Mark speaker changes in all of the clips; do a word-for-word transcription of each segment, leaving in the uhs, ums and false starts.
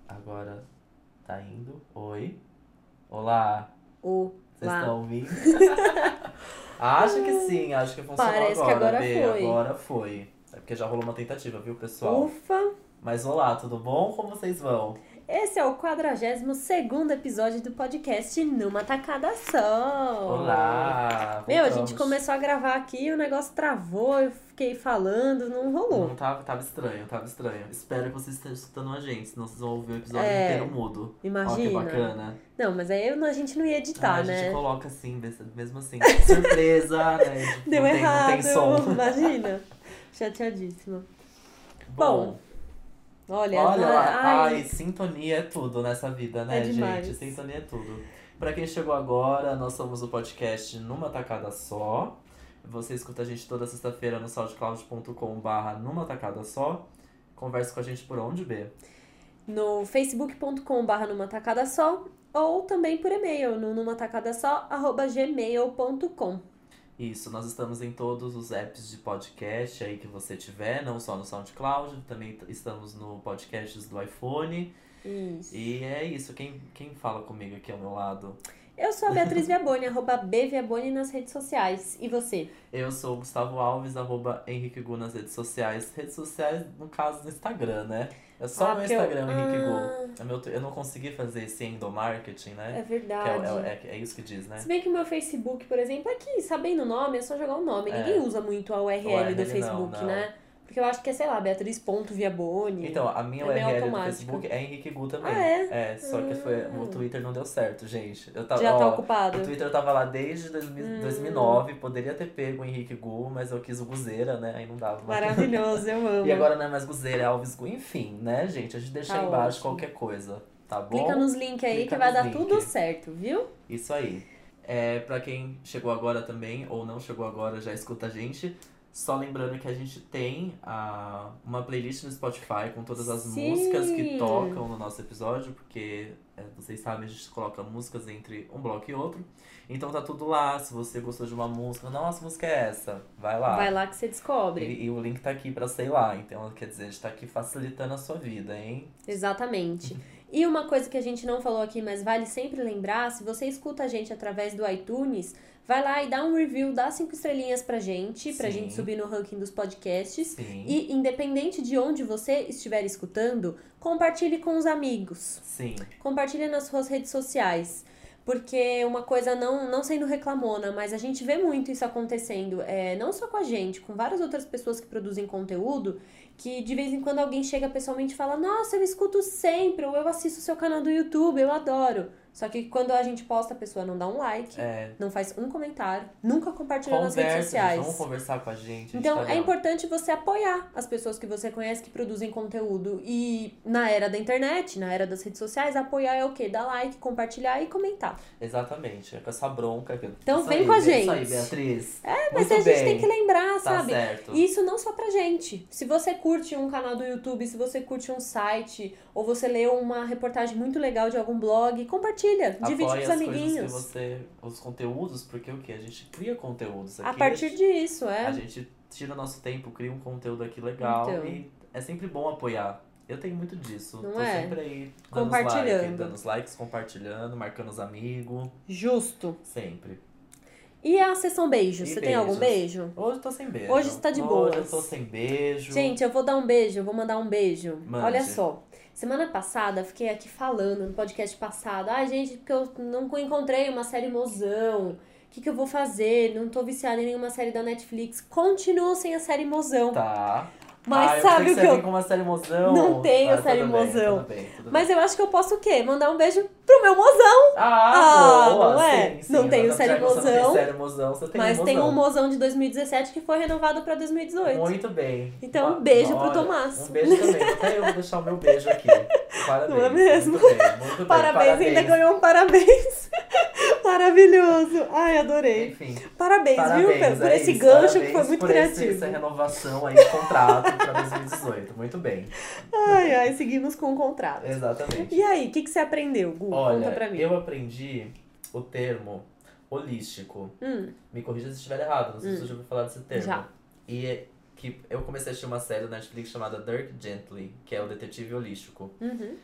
Speaker 1: Agora tá indo. Oi. Olá.
Speaker 2: O
Speaker 1: Vocês
Speaker 2: lá.
Speaker 1: estão ouvindo? Acho que sim, acho que funcionou
Speaker 2: Parece que
Speaker 1: agora,
Speaker 2: agora
Speaker 1: Bê.
Speaker 2: foi.
Speaker 1: Agora foi. É porque já rolou uma tentativa, viu, pessoal?
Speaker 2: Ufa!
Speaker 1: Mas olá, tudo bom? Como vocês vão?
Speaker 2: Esse é o quadragésimo segundo episódio do podcast Numa Tacada Só.
Speaker 1: Olá!
Speaker 2: Meu, a
Speaker 1: voltamos.
Speaker 2: gente começou a gravar aqui e o negócio travou, eu fiquei falando, não rolou.
Speaker 1: Não tava, tava estranho, tava estranho. Espero que vocês estejam escutando a gente, senão vocês vão ouvir o episódio
Speaker 2: É,
Speaker 1: inteiro mudo. Ó, que
Speaker 2: imagina.
Speaker 1: bacana.
Speaker 2: Não, mas aí eu- a gente não ia
Speaker 1: Ah,
Speaker 2: editar,
Speaker 1: a gente
Speaker 2: né?
Speaker 1: coloca assim, mesmo assim. Surpresa, né? Tipo,
Speaker 2: Deu
Speaker 1: não tem,
Speaker 2: errado,
Speaker 1: não tem som.
Speaker 2: imagina. Chateadíssima.
Speaker 1: Bom,
Speaker 2: Olha,
Speaker 1: olha
Speaker 2: ai,
Speaker 1: lá.
Speaker 2: ai,
Speaker 1: Ai, sintonia é tudo nessa vida, né,
Speaker 2: É demais.
Speaker 1: gente? Sintonia é tudo. Pra quem chegou agora, nós somos o podcast Numa Tacada Só. Você escuta a gente toda sexta-feira no soundcloud ponto com barra Numa Tacada Só. Conversa com a gente por onde, B?
Speaker 2: no facebook ponto com barra numa tacada só ou também por e-mail no numatacadasó arroba gmail ponto com.
Speaker 1: Isso, nós estamos em todos os apps de podcast aí que você tiver, não só no SoundCloud, também t- estamos no podcasts do iPhone.
Speaker 2: Isso.
Speaker 1: E é isso, quem, quem fala comigo aqui ao meu lado?
Speaker 2: Eu sou a Beatriz Viaboni, arroba B Viaboni nas redes sociais. E você?
Speaker 1: Eu sou o Gustavo Alves, arroba Henrique Gu nas redes sociais. Redes sociais, no caso, no Instagram, né? É só
Speaker 2: Ah,
Speaker 1: o meu
Speaker 2: porque eu-
Speaker 1: Instagram, Henrique
Speaker 2: Ah.
Speaker 1: Gu. É meu tu- Eu não consegui fazer esse endomarketing,
Speaker 2: É
Speaker 1: né? Que é,
Speaker 2: verdade.
Speaker 1: é, é, é isso que diz, né?
Speaker 2: Se bem que o meu Facebook, por exemplo, aqui, sabendo o nome, é só jogar o nome.
Speaker 1: É.
Speaker 2: Ninguém usa muito a U R L
Speaker 1: O U R L
Speaker 2: do
Speaker 1: não,
Speaker 2: Facebook,
Speaker 1: não.
Speaker 2: né? Porque eu acho que é, sei lá, Beatriz.viaboni.
Speaker 1: Então, a minha
Speaker 2: É
Speaker 1: U R
Speaker 2: meio
Speaker 1: L do
Speaker 2: automática.
Speaker 1: Facebook é Henrique Gu também.
Speaker 2: Ah, é?
Speaker 1: só que foi, o
Speaker 2: Ah.
Speaker 1: Twitter não deu certo, gente. Eu tava,
Speaker 2: Já tá
Speaker 1: ó,
Speaker 2: ocupado.
Speaker 1: O Twitter eu tava lá desde dois mil
Speaker 2: Hum.
Speaker 1: dois mil e nove, poderia ter pego o Henrique Gu, mas eu quis o Guzeira, né? Aí não dava.
Speaker 2: Maravilhoso, eu amo.
Speaker 1: E agora não é mais Guzeira, é Alves Gu. Enfim, né, gente? A gente deixa
Speaker 2: Tá
Speaker 1: aí embaixo
Speaker 2: ótimo.
Speaker 1: qualquer coisa, tá bom?
Speaker 2: Clica nos links aí
Speaker 1: Clica
Speaker 2: que vai
Speaker 1: nos
Speaker 2: dar
Speaker 1: link.
Speaker 2: tudo certo, viu?
Speaker 1: Isso aí. É, pra quem chegou agora também, ou não chegou agora, já escuta a gente. Só lembrando que a gente tem a, uma playlist no Spotify com todas as
Speaker 2: Sim.
Speaker 1: músicas que tocam no nosso episódio, porque é, vocês sabem, a gente coloca músicas entre um bloco e outro. Então tá tudo lá. Se você gostou de uma música, nossa, que música é essa? Vai lá.
Speaker 2: Vai lá que você descobre.
Speaker 1: E, e o link tá aqui pra sei lá. Então, quer dizer, a gente tá aqui facilitando a sua vida, hein?
Speaker 2: Exatamente. E uma coisa que a gente não falou aqui, mas vale sempre lembrar, se você escuta a gente através do iTunes, vai lá e dá um review, dá cinco estrelinhas pra gente, pra
Speaker 1: Sim.
Speaker 2: gente subir no ranking dos podcasts.
Speaker 1: Sim.
Speaker 2: E independente de onde você estiver escutando, compartilhe com os amigos.
Speaker 1: Sim.
Speaker 2: Compartilhe nas suas redes sociais. Porque uma coisa, não, não sendo reclamona, mas a gente vê muito isso acontecendo, é, não só com a gente, com várias outras pessoas que produzem conteúdo, que de vez em quando alguém chega pessoalmente e fala: nossa, eu escuto sempre, ou eu assisto o seu canal do YouTube, eu adoro. Só que quando a gente posta, a pessoa não dá um like,
Speaker 1: É.
Speaker 2: não faz um comentário, nunca compartilha nas redes
Speaker 1: Conversa, gente,
Speaker 2: sociais.
Speaker 1: vamos conversar com a gente. a gente
Speaker 2: Então,
Speaker 1: tá
Speaker 2: é
Speaker 1: não.
Speaker 2: importante você apoiar as pessoas que você conhece que produzem conteúdo. E na era da internet, na era das redes sociais, apoiar é o quê? Dar like, compartilhar e comentar.
Speaker 1: Exatamente, é com essa bronca. que-
Speaker 2: Então
Speaker 1: Isso
Speaker 2: vem
Speaker 1: aí,
Speaker 2: com a
Speaker 1: Bê, Isso aí,
Speaker 2: gente.
Speaker 1: Beatriz.
Speaker 2: É, mas
Speaker 1: Muito
Speaker 2: a gente
Speaker 1: bem.
Speaker 2: tem que lembrar,
Speaker 1: Tá
Speaker 2: sabe?
Speaker 1: certo.
Speaker 2: E isso não só pra gente. Se você curte um canal do YouTube, se você curte um site, ou você leu uma reportagem muito legal de algum blog, compartilha, divide
Speaker 1: Apoie
Speaker 2: com os
Speaker 1: as coisas que
Speaker 2: amiguinhos.
Speaker 1: você. Os conteúdos, porque o quê? A gente cria conteúdos aqui.
Speaker 2: A partir disso, é.
Speaker 1: A gente tira o nosso tempo, cria um conteúdo aqui legal
Speaker 2: Então.
Speaker 1: e é sempre bom apoiar. Eu tenho muito disso.
Speaker 2: Não
Speaker 1: Tô
Speaker 2: é?
Speaker 1: sempre aí dando os
Speaker 2: Compartilhando.
Speaker 1: like, dando os likes, compartilhando, marcando os amigos.
Speaker 2: Justo.
Speaker 1: Sempre.
Speaker 2: E a sessão beijo?
Speaker 1: E
Speaker 2: Você tem algum
Speaker 1: beijos?
Speaker 2: beijo?
Speaker 1: Hoje eu tô sem beijo.
Speaker 2: Hoje você tá de
Speaker 1: Hoje
Speaker 2: boas.
Speaker 1: eu tô sem beijo.
Speaker 2: Gente, eu vou dar um beijo, eu vou mandar um beijo.
Speaker 1: Mande.
Speaker 2: Olha só. Semana passada, fiquei aqui falando no podcast passado. Ai, gente, porque eu não encontrei uma série mozão. O que, que eu vou fazer? Não tô viciada em nenhuma série da Netflix. Continuo sem a série mozão.
Speaker 1: Tá.
Speaker 2: Mas
Speaker 1: ah, eu
Speaker 2: sabe
Speaker 1: pensei
Speaker 2: o que
Speaker 1: você
Speaker 2: eu-
Speaker 1: vir com uma série mozão.
Speaker 2: Não tenho
Speaker 1: ah,
Speaker 2: série
Speaker 1: tudo bem,
Speaker 2: mozão.
Speaker 1: Tudo bem, tudo bem.
Speaker 2: Mas eu acho que eu posso o quê? Mandar um beijo pro meu mozão.
Speaker 1: Ah,
Speaker 2: Ah,
Speaker 1: boa,
Speaker 2: não é?
Speaker 1: sim, sim.
Speaker 2: Não tenho
Speaker 1: Já
Speaker 2: série
Speaker 1: que você não tem
Speaker 2: mozão,
Speaker 1: série mozão, você tem
Speaker 2: Mas
Speaker 1: um
Speaker 2: tem um
Speaker 1: mozão.
Speaker 2: mozão de dois mil e dezessete que foi renovado pra dois mil e dezoito.
Speaker 1: Muito bem.
Speaker 2: Então, um
Speaker 1: Ah,
Speaker 2: beijo pro
Speaker 1: olha,
Speaker 2: Tomás.
Speaker 1: Um beijo também. Até eu vou deixar o meu beijo aqui. Parabéns.
Speaker 2: Não é mesmo?
Speaker 1: Muito bem, muito bem.
Speaker 2: Parabéns, ainda ganhou um parabéns. Maravilhoso. Ai, adorei.
Speaker 1: Enfim.
Speaker 2: Parabéns,
Speaker 1: Parabéns,
Speaker 2: viu, Pedro, por
Speaker 1: é
Speaker 2: esse
Speaker 1: isso,
Speaker 2: gancho que
Speaker 1: parabéns
Speaker 2: foi muito
Speaker 1: por
Speaker 2: criativo.
Speaker 1: Esse, essa renovação aí de contrato pra dois mil e dezoito. Muito bem.
Speaker 2: Ai, ai, seguimos com o contrato.
Speaker 1: Exatamente.
Speaker 2: E aí, o que, que você aprendeu, Gu?
Speaker 1: Olha,
Speaker 2: Conta pra mim.
Speaker 1: eu aprendi o termo holístico.
Speaker 2: Hum,
Speaker 1: Me corrija se estiver errado, não sei se
Speaker 2: Hum.
Speaker 1: você já ouviu falar desse termo.
Speaker 2: Já.
Speaker 1: E é que eu comecei a assistir uma série da Netflix chamada Dirk Gently, que é o detetive holístico.
Speaker 2: uhum.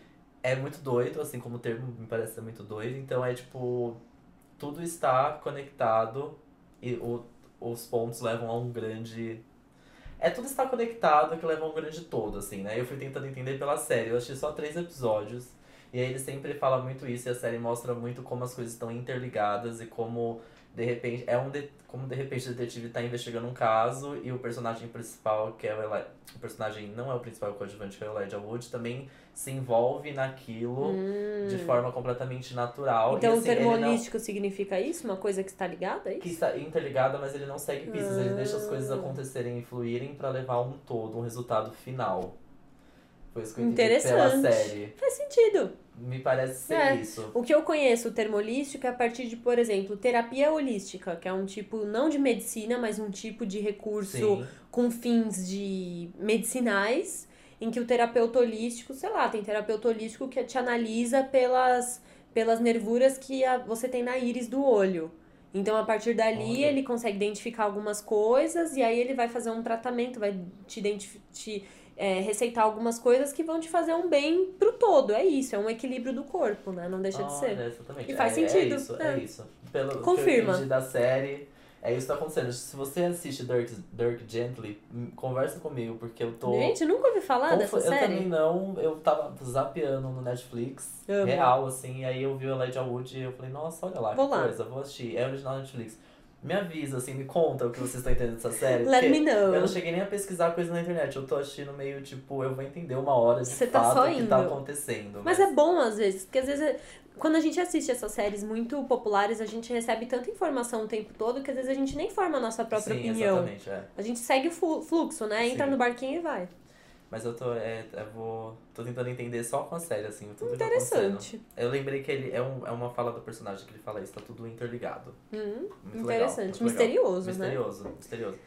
Speaker 1: é muito doido, assim como o termo me parece ser muito doido. Então é tipo, tudo está conectado e o, os pontos levam a um grande... É, tudo está conectado que leva a um grande todo, assim, né? Eu fui tentando entender pela série. Eu assisti só três episódios. E aí ele sempre fala muito isso. E a série mostra muito como as coisas estão interligadas. E como, de repente... É um de, como, de repente, o detetive está investigando um caso. E o personagem principal, que é o Eli... O personagem não é o principal, é o coadjuvante, que é o Elijah Wood. Também se envolve naquilo
Speaker 2: Hum.
Speaker 1: de forma completamente natural.
Speaker 2: Então
Speaker 1: e,
Speaker 2: o
Speaker 1: assim,
Speaker 2: termo
Speaker 1: ele não...
Speaker 2: holístico significa isso? Uma coisa que está ligada a
Speaker 1: que
Speaker 2: isso?
Speaker 1: está interligada, mas ele não segue pistas, ele deixa as coisas
Speaker 2: Ah.
Speaker 1: acontecerem e fluírem pra levar um todo, um resultado final. Foi isso que eu entendi pela
Speaker 2: Interessante.
Speaker 1: série.
Speaker 2: Faz sentido.
Speaker 1: Me parece ser
Speaker 2: É.
Speaker 1: isso.
Speaker 2: O que eu conheço, o termo holístico, é a partir de, por exemplo, terapia holística, que é um tipo, não de medicina, mas um tipo de recurso
Speaker 1: Sim.
Speaker 2: com fins de medicinais, em que o terapeuta holístico, sei lá, tem terapeuta holístico que te analisa pelas, pelas nervuras que a, você tem na íris do olho. Então, a partir dali,
Speaker 1: Olha.
Speaker 2: ele consegue identificar algumas coisas e aí ele vai fazer um tratamento, vai te, identifi- te é, receitar algumas coisas que vão te fazer um bem pro todo. É isso, é um equilíbiro do corpo, né? Não deixa de ser.
Speaker 1: Olha, exatamente.
Speaker 2: E faz
Speaker 1: é,
Speaker 2: sentido.
Speaker 1: É isso,
Speaker 2: É.
Speaker 1: é isso. Pelo
Speaker 2: Confirma.
Speaker 1: que eu entendi da série, é isso que tá acontecendo. Se você assiste Dirk, Dirk Gently, hum, conversa comigo, porque eu tô...
Speaker 2: Gente, eu nunca ouvi falar
Speaker 1: Como
Speaker 2: dessa
Speaker 1: foi- Eu
Speaker 2: série.
Speaker 1: também não, eu tava zapeando no Netflix,
Speaker 2: Amo.
Speaker 1: real, assim, e aí eu vi o Elijah Wood e eu falei, nossa, olha lá,
Speaker 2: Vou
Speaker 1: que
Speaker 2: lá.
Speaker 1: coisa, vou assistir. É original Netflix. Me avisa, assim, me conta o que vocês estão entendendo dessa série.
Speaker 2: Let
Speaker 1: porque
Speaker 2: me know.
Speaker 1: Eu não cheguei nem a pesquisar coisa na internet, eu tô assistindo meio, tipo, eu vou entender uma hora de
Speaker 2: Você tá
Speaker 1: fato
Speaker 2: só
Speaker 1: o que tá
Speaker 2: indo.
Speaker 1: acontecendo.
Speaker 2: Mas é bom às vezes, porque às vezes é- quando a gente assiste essas séries muito populares, a gente recebe tanta informação o tempo todo que às vezes a gente nem forma a nossa própria
Speaker 1: Sim,
Speaker 2: opinião.
Speaker 1: exatamente, é.
Speaker 2: A gente segue o flu- fluxo, né? Entra
Speaker 1: Sim.
Speaker 2: no barquinho e vai.
Speaker 1: Mas eu tô, é, eu vou, tô tentando entender só com a série, assim, tudo que tá
Speaker 2: Interessante.
Speaker 1: acontecendo. Eu lembrei que ele é, um, é uma fala do personagem que ele fala isso, tá tudo interligado.
Speaker 2: Hum,
Speaker 1: Muito
Speaker 2: interessante.
Speaker 1: legal, muito legal.
Speaker 2: Misterioso, né?
Speaker 1: Misterioso, misterioso.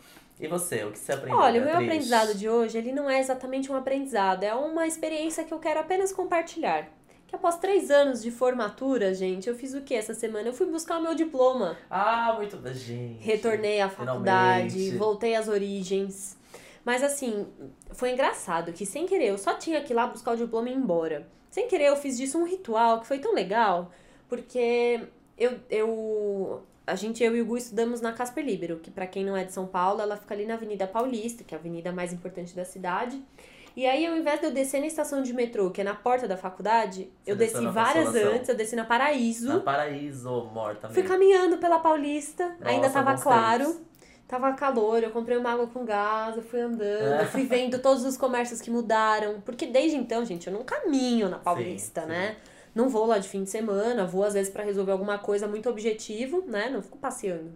Speaker 1: E você, o que você aprendeu?
Speaker 2: Olha, o meu
Speaker 1: Beatriz?
Speaker 2: aprendizado de hoje, ele não é exatamente um aprendizado, é uma experiência que eu quero apenas compartilhar. Que após três anos de formatura, gente, eu fiz o que essa semana? Eu fui buscar o meu diploma.
Speaker 1: Ah, muito bem, gente.
Speaker 2: Retornei à faculdade,
Speaker 1: Finalmente.
Speaker 2: voltei às origens. Mas assim, foi engraçado que sem querer, eu só tinha que ir lá buscar o diploma e ir embora. Sem querer, eu fiz disso um ritual que foi tão legal, porque eu, eu a gente, eu e o Gu estudamos na Casper Libero, que pra quem não é de São Paulo, ela fica ali na Avenida Paulista, que é a avenida mais importante da cidade. E aí, ao invés de eu descer na estação de metrô, que é na porta da faculdade,
Speaker 1: Você
Speaker 2: eu
Speaker 1: desceu
Speaker 2: desci
Speaker 1: na
Speaker 2: várias
Speaker 1: Consolação.
Speaker 2: antes, eu desci na Paraíso.
Speaker 1: Na Paraíso, morta
Speaker 2: Fui
Speaker 1: mesmo.
Speaker 2: caminhando pela Paulista, ainda
Speaker 1: Nossa,
Speaker 2: tava
Speaker 1: bons
Speaker 2: claro,
Speaker 1: tempos.
Speaker 2: tava calor, eu comprei uma água com gás, eu fui andando, fui vendo todos os comércios que mudaram, porque desde então, gente, eu não caminho na Paulista,
Speaker 1: Sim,
Speaker 2: né? Não vou lá de fim de semana, vou às vezes pra resolver alguma coisa muito objetivo, né? Não fico passeando.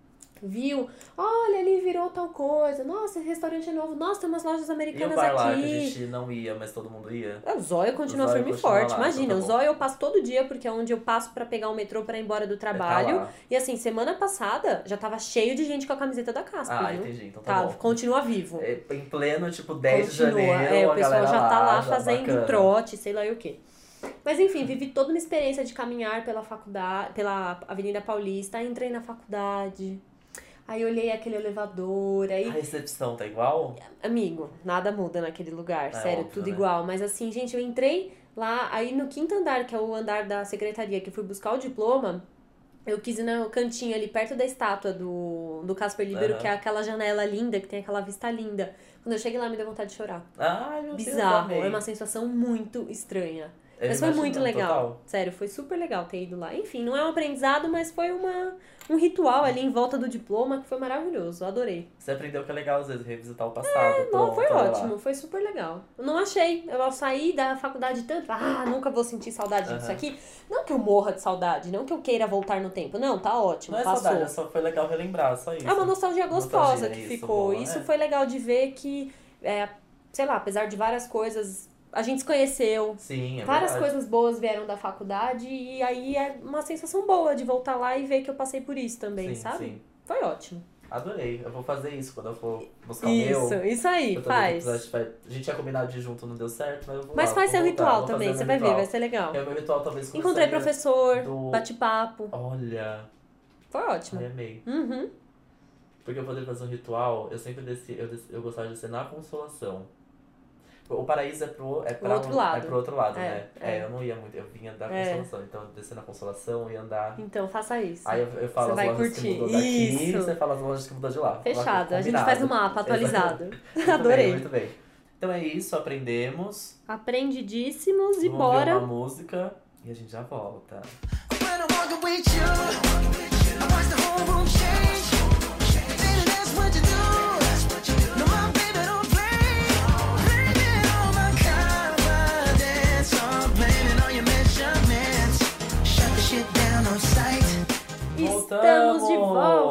Speaker 2: Viu? Olha, ali virou tal coisa. Nossa, esse restaurante é novo. Nossa, tem umas lojas
Speaker 1: E o
Speaker 2: americanas
Speaker 1: bar lá que a
Speaker 2: aqui.
Speaker 1: gente não ia, mas todo mundo ia?
Speaker 2: O Zóio continua
Speaker 1: O Zóio
Speaker 2: firme e
Speaker 1: continua
Speaker 2: forte.
Speaker 1: lá,
Speaker 2: Imagina,
Speaker 1: então
Speaker 2: o
Speaker 1: tá bom.
Speaker 2: Zóio eu passo todo dia, porque é onde eu passo pra pegar o metrô pra ir embora do trabalho.
Speaker 1: Tá lá.
Speaker 2: E assim, semana passada já tava cheio de gente com a camiseta da Casper,
Speaker 1: Ah,
Speaker 2: viu?
Speaker 1: entendi, então tá,
Speaker 2: Tá,
Speaker 1: bom.
Speaker 2: continua vivo.
Speaker 1: É, em pleno, tipo, dez de
Speaker 2: Continua.
Speaker 1: janeiro,
Speaker 2: É, o
Speaker 1: a
Speaker 2: pessoal
Speaker 1: galera
Speaker 2: já tá lá
Speaker 1: já,
Speaker 2: fazendo
Speaker 1: bacana.
Speaker 2: trote, sei lá e o quê. Mas enfim, vivi toda uma experiência de caminhar pela faculdade, pela Avenida Paulista, aí entrei na faculdade. Aí olhei aquele elevador, aí
Speaker 1: A recepção tá igual?
Speaker 2: amigo, nada muda naquele lugar,
Speaker 1: É
Speaker 2: sério,
Speaker 1: óbvio,
Speaker 2: tudo
Speaker 1: né?
Speaker 2: igual. Mas assim, gente, eu entrei lá, aí no quinto andar, que é o andar da secretaria, que eu fui buscar o diploma, eu quis ir no cantinho ali, perto da estátua do, do Casper Libero,
Speaker 1: Aham.
Speaker 2: que é aquela janela linda, que tem aquela vista linda. Quando eu cheguei lá, me deu vontade de chorar.
Speaker 1: Ai, meu
Speaker 2: Bizarro,
Speaker 1: Deus,
Speaker 2: é
Speaker 1: amei.
Speaker 2: uma sensação muito estranha.
Speaker 1: Eu
Speaker 2: Mas foi
Speaker 1: imagino,
Speaker 2: muito legal.
Speaker 1: total.
Speaker 2: Sério, foi super legal ter ido lá. Enfim, não é um aprendizado, mas foi uma, um ritual ali em volta do diploma que foi maravilhoso. Eu adorei.
Speaker 1: Você aprendeu que é legal, às vezes, revisitar o passado.
Speaker 2: É, Não,
Speaker 1: Pronto,
Speaker 2: foi
Speaker 1: olha
Speaker 2: ótimo,
Speaker 1: lá.
Speaker 2: foi super legal. Eu não achei. Eu ao sair da faculdade tanto, ah, nunca vou sentir saudade disso
Speaker 1: Aham.
Speaker 2: aqui. Não que eu morra de saudade, não que eu queira voltar no tempo. Não, tá ótimo,
Speaker 1: Não é
Speaker 2: passou.
Speaker 1: saudade, é só foi legal relembrar, só isso.
Speaker 2: É uma nostalgia gostosa
Speaker 1: Nostalgia,
Speaker 2: que
Speaker 1: isso,
Speaker 2: ficou.
Speaker 1: boa,
Speaker 2: Isso
Speaker 1: é.
Speaker 2: foi legal de ver que, é, sei lá, apesar de várias coisas, a gente se conheceu.
Speaker 1: Sim, é
Speaker 2: Várias
Speaker 1: verdade.
Speaker 2: coisas boas vieram da faculdade e aí é uma sensação boa de voltar lá e ver que eu passei por isso também,
Speaker 1: Sim,
Speaker 2: sabe?
Speaker 1: sim.
Speaker 2: Foi ótimo.
Speaker 1: Adorei. Eu vou fazer isso quando eu for buscar o
Speaker 2: Isso,
Speaker 1: meu.
Speaker 2: isso aí,
Speaker 1: Eu também
Speaker 2: faz.
Speaker 1: vou precisar de- A gente tinha combinado de ir junto, não deu certo, mas eu vou
Speaker 2: Mas
Speaker 1: lá,
Speaker 2: faz
Speaker 1: vou
Speaker 2: seu
Speaker 1: voltar,
Speaker 2: ritual
Speaker 1: vou
Speaker 2: também,
Speaker 1: fazer
Speaker 2: você
Speaker 1: meu
Speaker 2: vai ver,
Speaker 1: ritual.
Speaker 2: vai ser legal.
Speaker 1: Que é o meu ritual, talvez
Speaker 2: Encontrei
Speaker 1: começaria
Speaker 2: professor,
Speaker 1: do-
Speaker 2: bate-papo.
Speaker 1: Olha,
Speaker 2: Foi ótimo.
Speaker 1: ai, amei.
Speaker 2: Uhum.
Speaker 1: Porque eu poderia fazer um ritual, eu sempre desci, eu, desci, eu gostava de descer na Consolação. O paraíso é pro, é pra,
Speaker 2: outro lado.
Speaker 1: É pro outro lado,
Speaker 2: É,
Speaker 1: né?
Speaker 2: é.
Speaker 1: É, eu não ia muito, eu vinha da
Speaker 2: É.
Speaker 1: Consolação, então descendo a Consolação, eu ia andar...
Speaker 2: Então faça isso.
Speaker 1: Aí eu, eu falo
Speaker 2: Você
Speaker 1: as
Speaker 2: vai
Speaker 1: lojas
Speaker 2: curtir.
Speaker 1: que mudou daqui,
Speaker 2: Isso.
Speaker 1: você fala as lojas que mudou de lá.
Speaker 2: Fechado. A gente
Speaker 1: Combinado.
Speaker 2: faz um mapa atualizado.
Speaker 1: Muito
Speaker 2: Adorei.
Speaker 1: bem, muito bem. Então é isso, aprendemos.
Speaker 2: Aprendidíssimos e
Speaker 1: Vamos
Speaker 2: bora.
Speaker 1: ouvir uma música e a gente já volta.
Speaker 3: When I walk with you, I watch the whole room change. Baby, that's what you do. No, my baby don't play. Blaming all my confidence, I'm blaming all your measurements. Shut the shit down on sight.
Speaker 2: Estamos de
Speaker 1: Voltamos!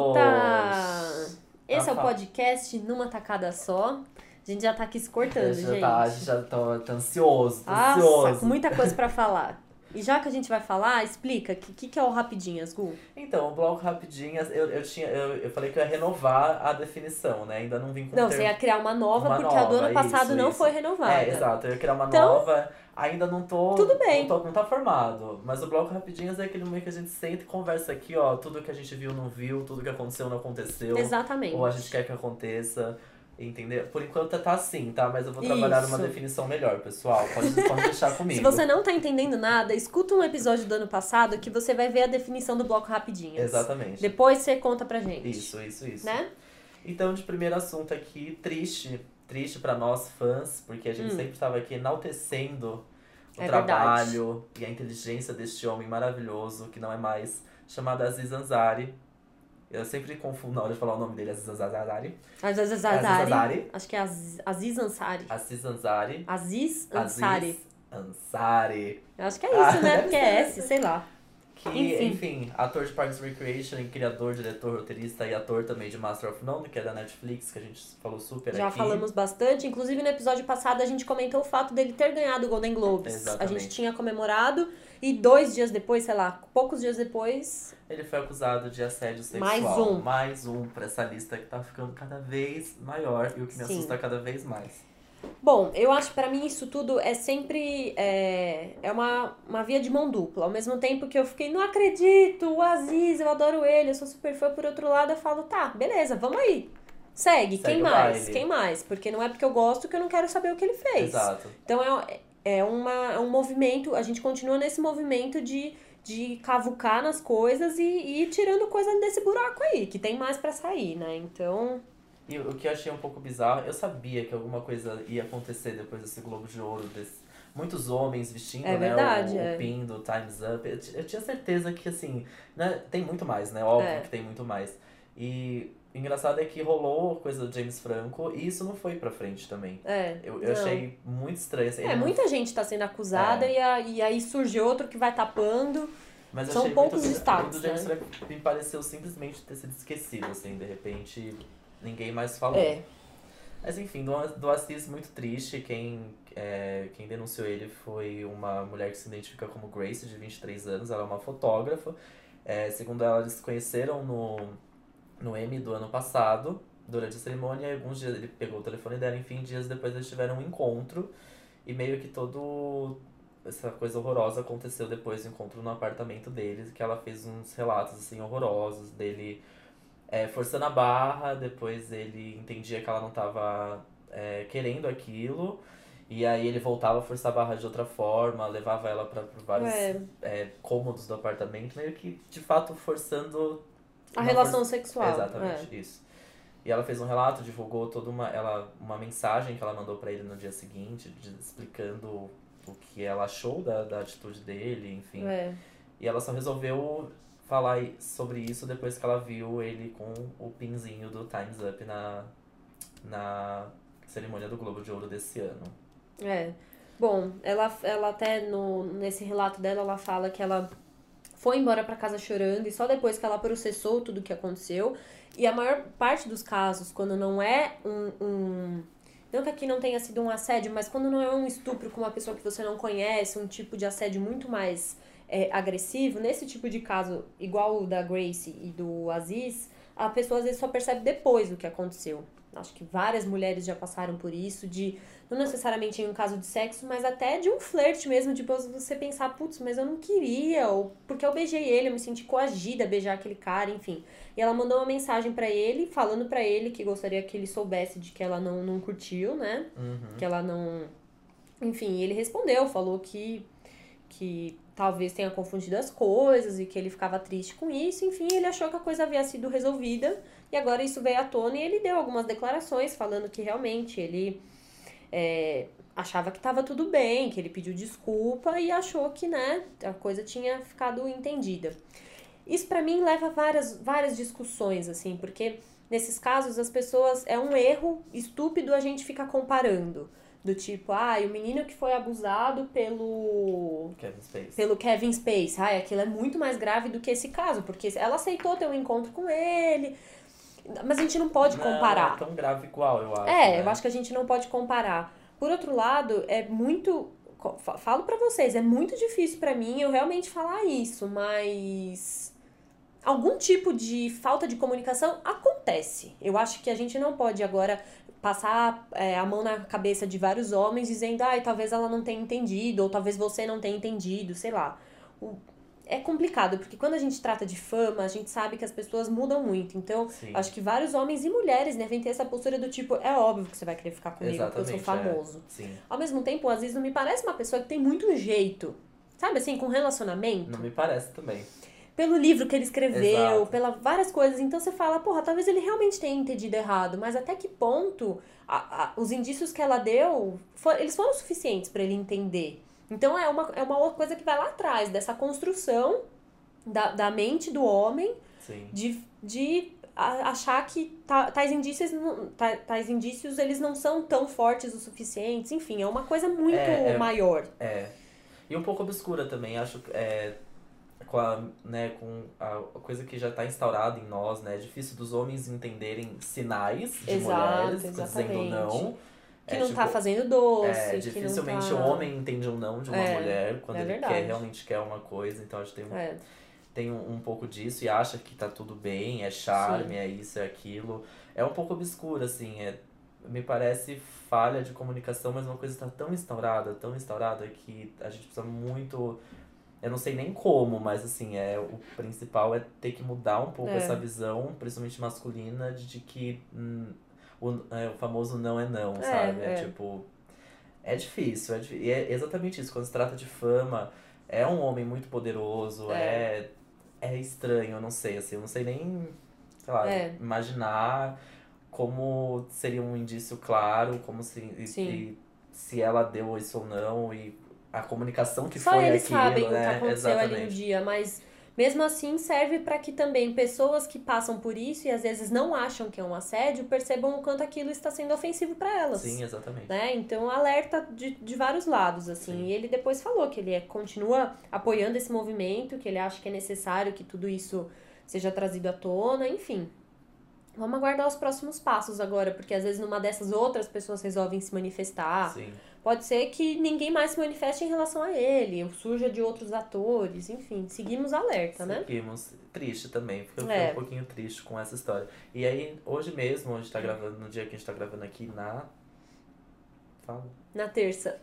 Speaker 2: volta! Esse é o
Speaker 1: Tá.
Speaker 2: podcast numa tacada só. A gente já tá aqui se cortando,
Speaker 1: Já
Speaker 2: gente.
Speaker 1: tá, a gente já tá, tá ansioso, tá
Speaker 2: Nossa,
Speaker 1: ansioso.
Speaker 2: com muita coisa pra falar. E já que a gente vai falar, explica o que, que, que é o Rapidinhas, Gu?
Speaker 1: Então, o bloco rapidinhas, eu, eu, tinha, eu, eu falei que eu ia renovar a definição, né? Ainda não vim com
Speaker 2: Não,
Speaker 1: o
Speaker 2: você
Speaker 1: termo-
Speaker 2: ia criar uma nova,
Speaker 1: Uma
Speaker 2: porque a do
Speaker 1: nova,
Speaker 2: ano passado
Speaker 1: isso,
Speaker 2: não
Speaker 1: isso.
Speaker 2: foi renovada.
Speaker 1: É, exato, eu ia criar uma
Speaker 2: Então,
Speaker 1: nova, ainda não tô...
Speaker 2: tudo bem.
Speaker 1: Não, tô, não tá formado, mas o bloco rapidinhas é aquele momento que a gente senta e conversa aqui, ó, tudo que a gente viu não viu, tudo que aconteceu não aconteceu.
Speaker 2: Exatamente.
Speaker 1: Ou a gente quer que aconteça, entendeu? Por enquanto tá assim, tá? Mas eu vou trabalhar
Speaker 2: Isso.
Speaker 1: numa definição melhor, pessoal, pode, pode deixar comigo.
Speaker 2: Se você não tá entendendo nada, escuta um episódio do ano passado que você vai ver a definição do bloco Rapidinhas.
Speaker 1: Exatamente.
Speaker 2: Depois você conta pra gente.
Speaker 1: Isso, isso, isso.
Speaker 2: Né?
Speaker 1: Então, de primeiro assunto aqui, triste, triste pra nós fãs, porque a gente
Speaker 2: Hum.
Speaker 1: sempre estava aqui enaltecendo o
Speaker 2: É
Speaker 1: trabalho e a inteligência deste homem maravilhoso, que não é mais, chamado Aziz Ansari. Eu sempre confundo na hora de falar o nome dele, Aziz Ansari.
Speaker 2: Aziz
Speaker 1: Aziz
Speaker 2: Ansari.
Speaker 1: Ansari.
Speaker 2: Acho que é Az- Aziz Ansari.
Speaker 1: Aziz Ansari.
Speaker 2: Aziz Ansari.
Speaker 1: Aziz Ansari.
Speaker 2: Eu acho que é isso,
Speaker 1: Ah,
Speaker 2: né?
Speaker 1: deve
Speaker 2: Porque é
Speaker 1: ser.
Speaker 2: S, sei lá.
Speaker 1: Que,
Speaker 2: Enfim.
Speaker 1: enfim. ator de Parks and Recreation, e criador, diretor, roteirista e ator também de Master of None, que é da Netflix, que a gente falou super
Speaker 2: Já
Speaker 1: aqui.
Speaker 2: falamos bastante. Inclusive, no episódio passado, a gente comentou o fato dele ter ganhado o Golden Globes.
Speaker 1: Exatamente.
Speaker 2: A gente tinha comemorado. E dois dias depois, sei lá, poucos dias depois...
Speaker 1: Ele foi acusado de assédio sexual.
Speaker 2: Mais um.
Speaker 1: Mais um pra essa lista que tá ficando cada vez maior e o que me
Speaker 2: Sim.
Speaker 1: assusta cada vez mais.
Speaker 2: Bom, eu acho que pra mim isso tudo é sempre é, é uma, uma via de mão dupla. Ao mesmo tempo que eu fiquei, não acredito, o Aziz, eu adoro ele, eu sou super fã. Por outro lado, eu falo, tá, beleza, vamos aí. Segue,
Speaker 1: Segue
Speaker 2: quem
Speaker 1: o
Speaker 2: mais?
Speaker 1: baile.
Speaker 2: Quem mais? Porque não é porque eu gosto que eu não quero saber o que ele fez.
Speaker 1: Exato.
Speaker 2: Então é, é, uma, é um movimento, a gente continua nesse movimento de, de cavucar nas coisas e, e ir tirando coisa desse buraco aí, que tem mais pra sair, né? Então...
Speaker 1: E o que eu achei um pouco bizarro, eu sabia que alguma coisa ia acontecer depois desse Globo de Ouro, desse, muitos homens vestindo,
Speaker 2: É
Speaker 1: né,
Speaker 2: verdade,
Speaker 1: o,
Speaker 2: é.
Speaker 1: o pin do Time's Up. Eu, t- eu tinha certeza que, assim, né, tem muito mais, né? Óbvio
Speaker 2: É.
Speaker 1: que tem muito mais. E o engraçado é que rolou coisa do James Franco e isso não foi pra frente também.
Speaker 2: É,
Speaker 1: Eu, eu
Speaker 2: não.
Speaker 1: achei muito estranho. Assim,
Speaker 2: É,
Speaker 1: ele não-
Speaker 2: muita gente tá sendo acusada
Speaker 1: É.
Speaker 2: e, a- e aí surge outro que vai tapando.
Speaker 1: Mas eu
Speaker 2: São
Speaker 1: achei
Speaker 2: poucos
Speaker 1: muito,
Speaker 2: destaques,
Speaker 1: o do James
Speaker 2: né?
Speaker 1: Franco me pareceu simplesmente ter sido esquecido, assim, de repente ninguém mais falou.
Speaker 2: É.
Speaker 1: Mas enfim, do, do Assis muito triste, quem, é, quem denunciou ele foi uma mulher que se identifica como Grace, de vinte e três anos, ela é uma fotógrafa. É, segundo ela, eles se conheceram no, no Emmy do ano passado, durante a cerimônia, e alguns dias ele pegou o telefone dela, enfim, dias depois eles tiveram um encontro, e meio que todo essa coisa horrorosa aconteceu depois do encontro no apartamento deles, que ela fez uns relatos, assim, horrorosos dele é, forçando a barra, depois ele entendia que ela não tava é, querendo aquilo, e aí ele voltava a forçar a barra de outra forma, levava ela pra, pra vários
Speaker 2: É.
Speaker 1: é, cômodos do apartamento, meio que, de fato, forçando...
Speaker 2: A
Speaker 1: uma
Speaker 2: relação
Speaker 1: força-
Speaker 2: sexual.
Speaker 1: Exatamente, isso. E ela fez um relato, divulgou toda uma, ela, uma mensagem que ela mandou pra ele no dia seguinte, de- explicando o que ela achou da, da atitude dele, enfim.
Speaker 2: É.
Speaker 1: E ela só resolveu falar i- sobre isso depois que ela viu ele com o pinzinho do Time's Up na, na cerimônia do Globo de Ouro desse ano.
Speaker 2: É. Bom, ela, ela até no, nesse relato dela, ela fala que ela foi embora pra casa chorando e só depois que ela processou tudo o que aconteceu. E a maior parte dos casos, quando não é um, um... Não que aqui não tenha sido um assédio, mas quando não é um estupro com uma pessoa que você não conhece, um tipo de assédio muito mais é, agressivo, nesse tipo de caso, igual o da Grace e do Aziz, a pessoa às vezes só percebe depois o que aconteceu. Acho que várias mulheres já passaram por isso, de não necessariamente em um caso de sexo, mas até de um flerte mesmo, de você pensar, putz, mas eu não queria, ou porque eu beijei ele, eu me senti coagida a beijar aquele cara, enfim. E ela mandou uma mensagem pra ele, falando pra ele que gostaria que ele soubesse de que ela não, não curtiu, né?
Speaker 1: Uhum.
Speaker 2: Que ela não, Enfim, ele respondeu, falou que, que talvez tenha confundido as coisas e que ele ficava triste com isso. Enfim, ele achou que a coisa havia sido resolvida e agora isso veio à tona e ele deu algumas declarações falando que realmente ele é, achava que estava tudo bem, que ele pediu desculpa e achou que, né, a coisa tinha ficado entendida. Isso pra mim leva a várias, várias discussões, assim, porque nesses casos as pessoas, é um erro estúpido a gente ficar comparando. Do tipo, ah, o menino que foi abusado pelo
Speaker 1: Kevin Spacey.
Speaker 2: pelo Kevin Spacey. Ah, aquilo é muito mais grave do que esse caso, porque ela aceitou ter um encontro com ele, mas a gente não pode comparar.
Speaker 1: Não, é tão grave igual, eu acho.
Speaker 2: É,
Speaker 1: né?
Speaker 2: eu acho que a gente não pode comparar. Por outro lado, é muito... Falo pra vocês, é muito difícil pra mim eu realmente falar isso, mas... Algum tipo de falta de comunicação acontece. Eu acho que a gente não pode agora passar é, a mão na cabeça de vários homens dizendo, ai, talvez ela não tenha entendido, ou talvez você não tenha entendido, sei lá. O... É complicado, porque quando a gente trata de fama, a gente sabe que as pessoas mudam muito. Então,
Speaker 1: Sim.
Speaker 2: acho que vários homens e mulheres devem ter essa postura do tipo, é óbvio que você vai querer ficar comigo
Speaker 1: Exatamente,
Speaker 2: porque eu sou famoso.
Speaker 1: É. Sim.
Speaker 2: Ao mesmo tempo, às vezes não me parece uma pessoa que tem muito jeito. Sabe assim, com relacionamento?
Speaker 1: Não me parece também.
Speaker 2: Pelo livro que ele escreveu,
Speaker 1: Exato.
Speaker 2: pela várias coisas. Então você fala, porra, talvez ele realmente tenha entendido errado, mas até que ponto a, a, os indícios que ela deu, for, eles foram suficientes pra ele entender. Então é uma, é uma outra coisa que vai lá atrás, dessa construção da, da mente do homem,
Speaker 1: Sim.
Speaker 2: de, de a, achar que ta, tais, indícios, não- ta, tais indícios eles não são tão fortes o suficientes. Enfim, é uma coisa muito
Speaker 1: É, é-
Speaker 2: maior.
Speaker 1: É. E um pouco obscura também, acho que é, com a, né, com a coisa que já está instaurada em nós, né? É difícil dos homens entenderem sinais de
Speaker 2: Exato,
Speaker 1: mulheres dizendo
Speaker 2: exatamente.
Speaker 1: não.
Speaker 2: Que
Speaker 1: É,
Speaker 2: não
Speaker 1: tipo,
Speaker 2: tá fazendo doce,
Speaker 1: É,
Speaker 2: que
Speaker 1: dificilmente
Speaker 2: não tá...
Speaker 1: o homem entende um não de uma
Speaker 2: É,
Speaker 1: mulher quando
Speaker 2: é
Speaker 1: ele
Speaker 2: verdade.
Speaker 1: quer, realmente quer uma coisa. Então acho que tem, um-
Speaker 2: É,
Speaker 1: tem um, um pouco disso e acha que tá tudo bem, é charme,
Speaker 2: Sim.
Speaker 1: é isso, é aquilo. É um pouco obscuro, assim, é, me parece falha de comunicação, mas uma coisa tá tão instaurada, tão instaurada que a gente precisa muito. Eu não sei nem como, mas assim, é, o principal é ter que mudar um pouco
Speaker 2: É.
Speaker 1: essa visão, principalmente masculina, de, de que hum, o, é, o famoso não é não,
Speaker 2: É,
Speaker 1: sabe? É,
Speaker 2: é.
Speaker 1: tipo. É difícil, é, difí- e é exatamente isso. Quando se trata de fama, é um homem muito poderoso, é, é estranho, eu não sei, assim, eu não sei nem, sei lá,
Speaker 2: É.
Speaker 1: imaginar como seria um indício claro, como se, e-
Speaker 2: Sim.
Speaker 1: e se ela deu isso ou não, e a comunicação que
Speaker 2: Só
Speaker 1: foi
Speaker 2: eles
Speaker 1: aquilo,
Speaker 2: sabem o que
Speaker 1: né?
Speaker 2: aconteceu ali no
Speaker 1: Exatamente.
Speaker 2: dia, mas mesmo assim serve pra que também pessoas que passam por isso e às vezes não acham que é um assédio percebam o quanto aquilo está sendo ofensivo pra elas.
Speaker 1: Sim, exatamente.
Speaker 2: Né? Então alerta de, de vários lados, assim.
Speaker 1: Sim.
Speaker 2: E ele depois falou que ele é- continua apoiando esse movimento, que ele acha que é necessário que tudo isso seja trazido à tona, enfim. Vamos aguardar os próximos passos agora, porque às vezes numa dessas outras pessoas resolvem se manifestar.
Speaker 1: Sim.
Speaker 2: Pode ser que ninguém mais se manifeste em relação a ele, ou surja de outros atores, enfim, seguimos alerta, né?
Speaker 1: Seguimos. Triste também, fiquei fiquei
Speaker 2: É.
Speaker 1: um pouquinho triste com essa história. E aí, hoje mesmo, a gente tá gravando, no dia que a gente tá gravando aqui na. Fala.
Speaker 2: Na terça.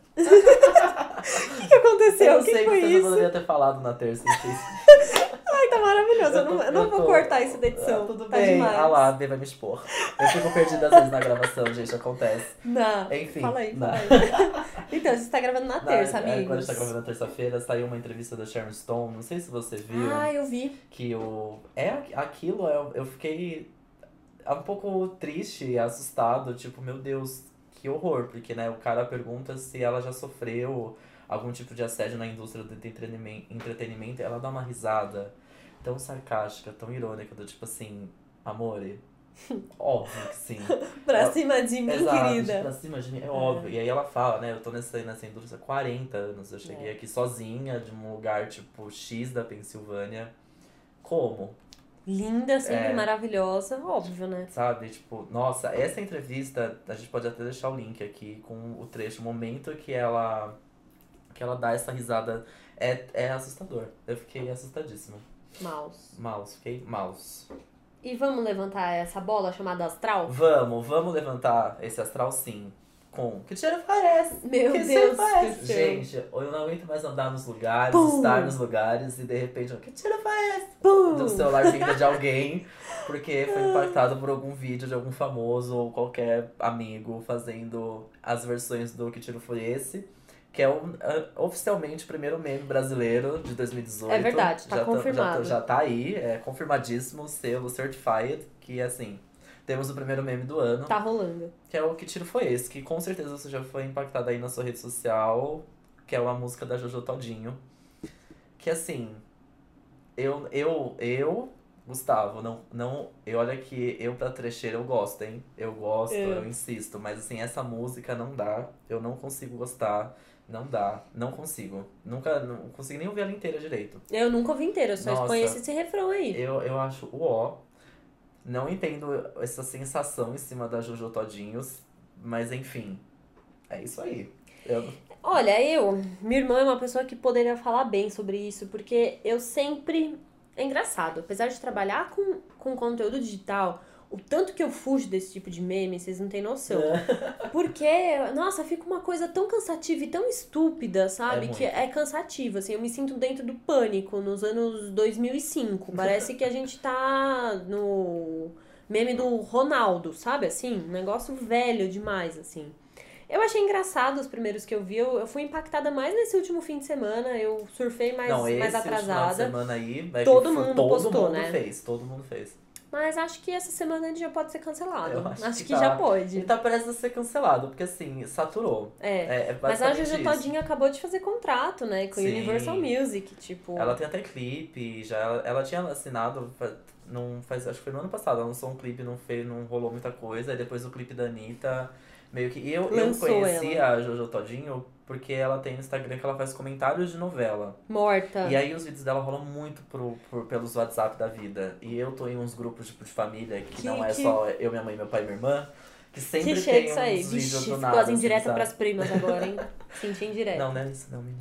Speaker 2: O que, que aconteceu?
Speaker 1: Eu
Speaker 2: O que
Speaker 1: sei
Speaker 2: foi
Speaker 1: que você
Speaker 2: isso?
Speaker 1: não poderia ter falado na terça. enfim.
Speaker 2: Ai, tá maravilhoso. Eu
Speaker 1: tô-
Speaker 2: não, eu não
Speaker 1: eu
Speaker 2: vou
Speaker 1: tô-
Speaker 2: cortar isso da edição.
Speaker 1: Ah, tudo
Speaker 2: tá
Speaker 1: bem.
Speaker 2: demais.
Speaker 1: Ah lá, a B vai me expor. Eu fico perdida às vezes na gravação, gente, acontece.
Speaker 2: Não.
Speaker 1: Enfim,
Speaker 2: Fala aí,
Speaker 1: não.
Speaker 2: fala aí. Então, você tá gravando na
Speaker 1: Na-
Speaker 2: terça,
Speaker 1: é, Quando a
Speaker 2: amigos.
Speaker 1: gente tá gravando na terça-feira, saiu uma entrevista da Sharon Stone, não sei se você viu.
Speaker 2: Ah, eu vi.
Speaker 1: Que o. É aqu- aquilo, eu, eu fiquei um pouco triste e assustado, tipo, meu Deus, que horror, porque, né, o cara pergunta se ela já sofreu algum tipo de assédio na indústria do entretenimento, entretenimento e ela dá uma risada tão sarcástica, tão irônica, do tipo assim, amore, óbvio que sim.
Speaker 2: Pra
Speaker 1: Ela-
Speaker 2: cima de mim,
Speaker 1: Exato,
Speaker 2: querida.
Speaker 1: pra cima de mim, é óbvio. E aí ela fala, né, eu tô nessa, nessa indústria há quarenta anos, eu cheguei
Speaker 2: É.
Speaker 1: aqui sozinha, de um lugar, tipo, X da Pensilvânia. Como?
Speaker 2: Linda, sempre
Speaker 1: É.
Speaker 2: maravilhosa. Óbvio, né?
Speaker 1: Sabe, tipo, nossa, essa entrevista, a gente pode até deixar o link aqui com o trecho, o momento que ela que ela dá essa risada é, é assustador. Eu fiquei assustadíssimo.
Speaker 2: Mouse.
Speaker 1: Mouse, fiquei mouse.
Speaker 2: E vamos levantar essa bola chamada astral?
Speaker 1: Vamos, vamos levantar esse astral sim. Com que cheiro parece?
Speaker 2: Meu
Speaker 1: que
Speaker 2: Deus
Speaker 1: cheiro
Speaker 2: do
Speaker 1: parece?
Speaker 2: céu.
Speaker 1: Gente, eu não aguento mais andar nos lugares,
Speaker 2: Pum.
Speaker 1: estar nos lugares e de repente, eu, que cheiro parece?
Speaker 2: Pum!
Speaker 1: Do celular vindo de alguém, porque foi impactado por algum vídeo de algum famoso ou qualquer amigo fazendo as versões do Que Tiro Foi Esse. que é o, uh, oficialmente o primeiro meme brasileiro de dois mil e dezoito.
Speaker 2: É verdade, tá
Speaker 1: já
Speaker 2: confirmado.
Speaker 1: já, já tá aí, é confirmadíssimo, selo certified, que assim, temos o primeiro meme do ano,
Speaker 2: Tá rolando.
Speaker 1: que é o Que Tiro Foi Esse, que com certeza você já foi impactado aí na sua rede social, que é uma música da Jojo Todinho. Que assim, eu, eu, eu, Gustavo, não, não, eu olha que eu pra trecheira eu gosto, hein? Eu gosto,
Speaker 2: É.
Speaker 1: eu insisto, mas assim, essa música não dá, eu não consigo gostar, não dá, não consigo. Nunca, não consigo nem ouvir ela inteira direito.
Speaker 2: Eu nunca ouvi inteiro, eu só
Speaker 1: Nossa.
Speaker 2: conheço esse refrão aí.
Speaker 1: Eu, eu acho o ó, não entendo essa sensação em cima da Jojo Todinhos, mas enfim, é isso aí. Eu,
Speaker 2: Olha, eu, minha irmã é uma pessoa que poderia falar bem sobre isso, porque eu sempre. É engraçado, apesar de trabalhar com, com conteúdo digital, o tanto que eu fujo desse tipo de meme, vocês não têm noção. Porque, nossa, fica uma coisa tão cansativa e tão estúpida, sabe?
Speaker 1: É
Speaker 2: que
Speaker 1: muito.
Speaker 2: é cansativa, assim. Eu me sinto dentro do Pânico, nos anos dois mil e cinco. Parece que a gente tá no meme do Ronaldo, sabe? Assim, um negócio velho demais, assim. Eu achei engraçado os primeiros que eu vi. Eu, eu fui impactada mais nesse último fim de semana. Eu surfei mais,
Speaker 1: não, esse
Speaker 2: mais
Speaker 1: final de
Speaker 2: atrasada.
Speaker 1: semana aí, é
Speaker 2: Todo
Speaker 1: que foi-
Speaker 2: mundo
Speaker 1: todo
Speaker 2: postou,
Speaker 1: mundo
Speaker 2: né?
Speaker 1: fez, todo mundo fez.
Speaker 2: Mas acho que essa semana ele já pode ser cancelado.
Speaker 1: Eu
Speaker 2: Acho,
Speaker 1: acho
Speaker 2: que,
Speaker 1: que tá.
Speaker 2: já pode.
Speaker 1: Ele tá prestes a ser cancelado, porque assim, saturou.
Speaker 2: É.
Speaker 1: É, é
Speaker 2: Mas a
Speaker 1: basicamente
Speaker 2: Jojo
Speaker 1: isso.
Speaker 2: Todinho acabou de fazer contrato, né? Com a
Speaker 1: Sim.
Speaker 2: Universal Music, tipo...
Speaker 1: Ela tem até clipe, já ela, ela tinha assinado, fa- não faz, acho que foi no ano passado, ela lançou um clipe, não fez, não rolou muita coisa, aí depois o clipe da Anitta, meio que... Eu, eu
Speaker 2: Lançou
Speaker 1: conheci a Jojo Todinho porque ela tem no Instagram que ela faz comentários de novela.
Speaker 2: Morta.
Speaker 1: E aí os vídeos dela rolam muito pro, por, pelos WhatsApp da vida. E eu tô em uns grupos tipo de família que,
Speaker 2: Que-
Speaker 1: não é
Speaker 2: que-
Speaker 1: só eu, minha mãe, meu pai e minha irmã, que sempre
Speaker 2: Que chega
Speaker 1: tem
Speaker 2: isso aí.
Speaker 1: uns
Speaker 2: Vixe,
Speaker 1: vídeos do
Speaker 2: ficou
Speaker 1: nada.
Speaker 2: as indiretas
Speaker 1: assim,
Speaker 2: pras
Speaker 1: sabe?
Speaker 2: primas agora, hein? Senti indireta.
Speaker 1: Não, não é isso não, menina.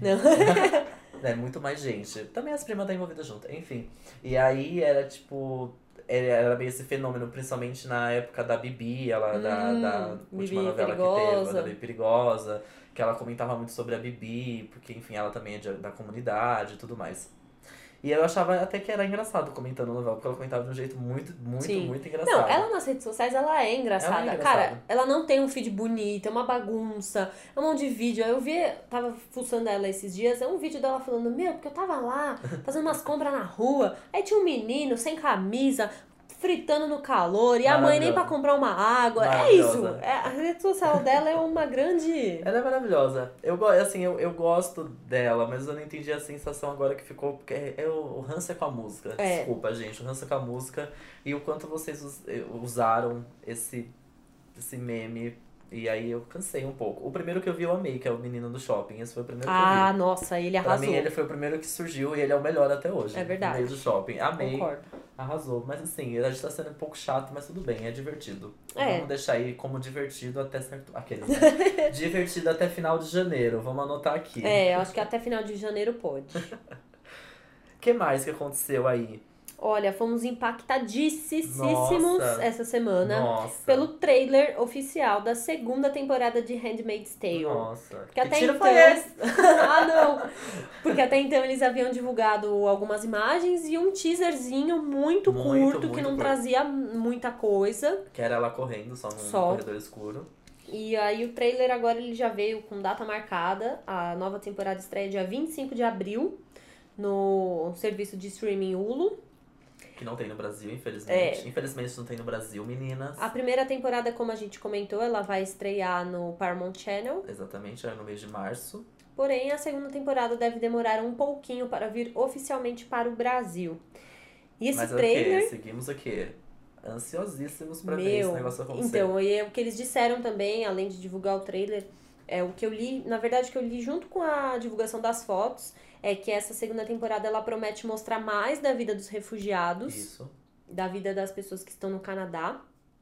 Speaker 2: Não.
Speaker 1: É muito mais gente. Também as primas estão envolvidas junto, enfim. E aí era tipo. Era era meio esse fenômeno, principalmente na época da Bibi, ela, da,
Speaker 2: Hum,
Speaker 1: da
Speaker 2: Bibi
Speaker 1: última novela que
Speaker 2: Perigosa.
Speaker 1: teve, da Bibi Perigosa, que ela comentava muito sobre a Bibi, porque enfim, ela também é de- da comunidade e tudo mais. E eu achava até que era engraçado comentando a novela, porque ela comentava de um jeito muito, muito,
Speaker 2: Sim.
Speaker 1: muito engraçado.
Speaker 2: Não, ela nas redes sociais, ela é engraçada.
Speaker 1: Ela é engraçada.
Speaker 2: Cara, ela não tem um feed bonito, é uma bagunça, é um monte de vídeo. Eu vi, tava fuçando ela esses dias, é um vídeo dela falando, meu, porque eu tava lá, fazendo umas compras na rua, aí tinha um menino sem camisa, fritando no calor, e a mãe nem pra
Speaker 1: Maravilhosa.
Speaker 2: comprar uma água. É isso.
Speaker 1: Maravilhosa.
Speaker 2: É, a rede social dela é uma grande...
Speaker 1: Ela é maravilhosa. Eu, go- assim, eu, eu gosto dela, mas eu não entendi a sensação agora que ficou, porque é, é o, o ranço é com a música.
Speaker 2: É.
Speaker 1: Desculpa, gente, o ranço é com a música. E o quanto vocês us- eh, usaram esse, esse meme. E aí eu cansei um pouco. O primeiro que eu vi eu amei, que é o Menino do Shopping. Esse foi o primeiro que eu
Speaker 2: Ah,
Speaker 1: vi.
Speaker 2: nossa, ele
Speaker 1: Pra
Speaker 2: arrasou.
Speaker 1: mim, ele foi o primeiro que surgiu e ele é o melhor até hoje.
Speaker 2: É verdade.
Speaker 1: No meio do shopping. Amei.
Speaker 2: Concordo.
Speaker 1: Arrasou. Mas assim, a gente tá sendo um pouco chato, mas tudo bem, é divertido.
Speaker 2: É.
Speaker 1: Vamos deixar aí como divertido até certo. Aqueles, né? Divertido até final de janeiro. Vamos anotar aqui.
Speaker 2: É, eu acho que até final de janeiro pode.
Speaker 1: O que mais que aconteceu aí?
Speaker 2: Olha, fomos impactadíssimos
Speaker 1: Nossa.
Speaker 2: essa semana
Speaker 1: Nossa.
Speaker 2: pelo trailer oficial da segunda temporada de Handmaid's Tale.
Speaker 1: Nossa.
Speaker 2: Porque
Speaker 1: Que
Speaker 2: até
Speaker 1: tiro
Speaker 2: então...
Speaker 1: foi esse?
Speaker 2: ah, não! Porque até então eles haviam divulgado algumas imagens e um teaserzinho muito,
Speaker 1: Muito,
Speaker 2: curto,
Speaker 1: muito
Speaker 2: que não
Speaker 1: curto.
Speaker 2: trazia muita coisa.
Speaker 1: Que era ela correndo só num
Speaker 2: Só.
Speaker 1: corredor escuro.
Speaker 2: E aí o trailer agora ele já veio com data marcada. A nova temporada estreia dia vinte e cinco de abril no serviço de streaming Hulu.
Speaker 1: Que não tem no Brasil, infelizmente.
Speaker 2: É.
Speaker 1: Infelizmente não tem no Brasil, meninas.
Speaker 2: A primeira temporada, como a gente comentou, ela vai estrear no Paramount Channel.
Speaker 1: Exatamente, era no mês de março.
Speaker 2: Porém, a segunda temporada deve demorar um pouquinho para vir oficialmente para o Brasil. E esse
Speaker 1: Mas é o
Speaker 2: trailer...
Speaker 1: quê? Seguimos o quê? Ansiosíssimos pra ver
Speaker 2: Meu,
Speaker 1: esse negócio acontecer.
Speaker 2: então, e é o que eles disseram também, além de divulgar o trailer, é o que eu li, na verdade, o que eu li junto com a divulgação das fotos, é que essa segunda temporada ela promete mostrar mais da vida dos refugiados,
Speaker 1: Isso.
Speaker 2: da vida das pessoas que estão no Canadá,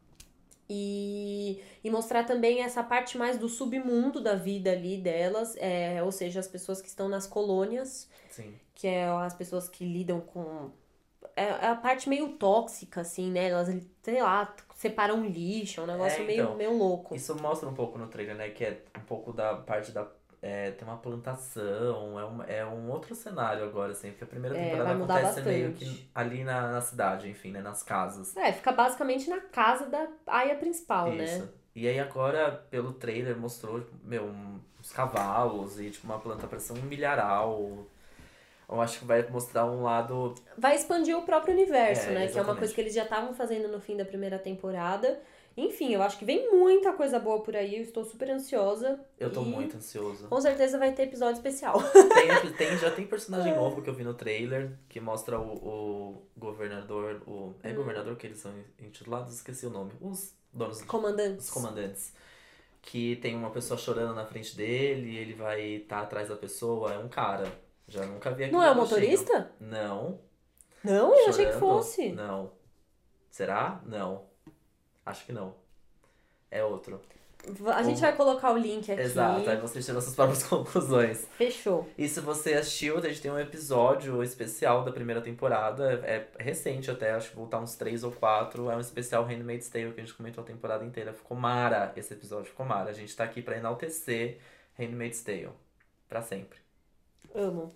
Speaker 2: e, e mostrar também essa parte mais do submundo da vida ali delas, é, ou seja, as pessoas que estão nas colônias,
Speaker 1: Sim.
Speaker 2: que é as pessoas que lidam com... É é a parte meio tóxica, assim, né? Elas, sei lá, separam lixo, é um negócio
Speaker 1: É,
Speaker 2: meio,
Speaker 1: então,
Speaker 2: meio louco.
Speaker 1: Isso mostra um pouco no trailer, né? Que é um pouco da parte da... É, tem uma plantação, é um, é um outro cenário agora, assim. Porque a primeira
Speaker 2: É,
Speaker 1: temporada
Speaker 2: vai mudar
Speaker 1: acontece meio
Speaker 2: bastante.
Speaker 1: que ali na, na cidade, enfim, né? Nas casas.
Speaker 2: É, fica basicamente na casa da aia principal, né?
Speaker 1: Isso. E aí agora, pelo trailer, mostrou, meu, um- uns cavalos e tipo uma planta parecendo um milharal. Eu acho que vai mostrar um lado.
Speaker 2: Vai expandir o próprio universo,
Speaker 1: É,
Speaker 2: né? Que é uma
Speaker 1: exatamente.
Speaker 2: coisa que eles já estavam fazendo no fim da primeira temporada. Enfim, eu acho que vem muita coisa boa por aí. Eu estou super ansiosa.
Speaker 1: Eu tô
Speaker 2: e
Speaker 1: muito ansioso.
Speaker 2: Com certeza vai ter episódio especial.
Speaker 1: Tem, tem, já tem personagem novo que eu vi no trailer, que mostra o, o governador. O, é governador que eles são intitulados? Esqueci o nome. Os donos.
Speaker 2: Comandantes.
Speaker 1: Os comandantes. Que tem uma pessoa chorando na frente dele, ele vai estar atrás da pessoa, é um cara. Já nunca vi aqui.
Speaker 2: Não é o motorista?
Speaker 1: Não.
Speaker 2: Não, eu achei que
Speaker 1: Chorando?
Speaker 2: fosse.
Speaker 1: Não. Será? Não. Acho que não. É outro.
Speaker 2: A gente
Speaker 1: O-
Speaker 2: vai colocar o link aqui.
Speaker 1: Exato, aí você tira suas próprias conclusões.
Speaker 2: Fechou.
Speaker 1: E se você assistiu, a gente tem um episódio especial da primeira temporada. É recente até, acho que voltar uns três ou quatro. É um especial Handmaid's Tale que a gente comentou a temporada inteira. Ficou mara esse episódio, ficou mara. A gente tá aqui pra enaltecer Handmaid's Tale. Pra sempre.
Speaker 2: Amo.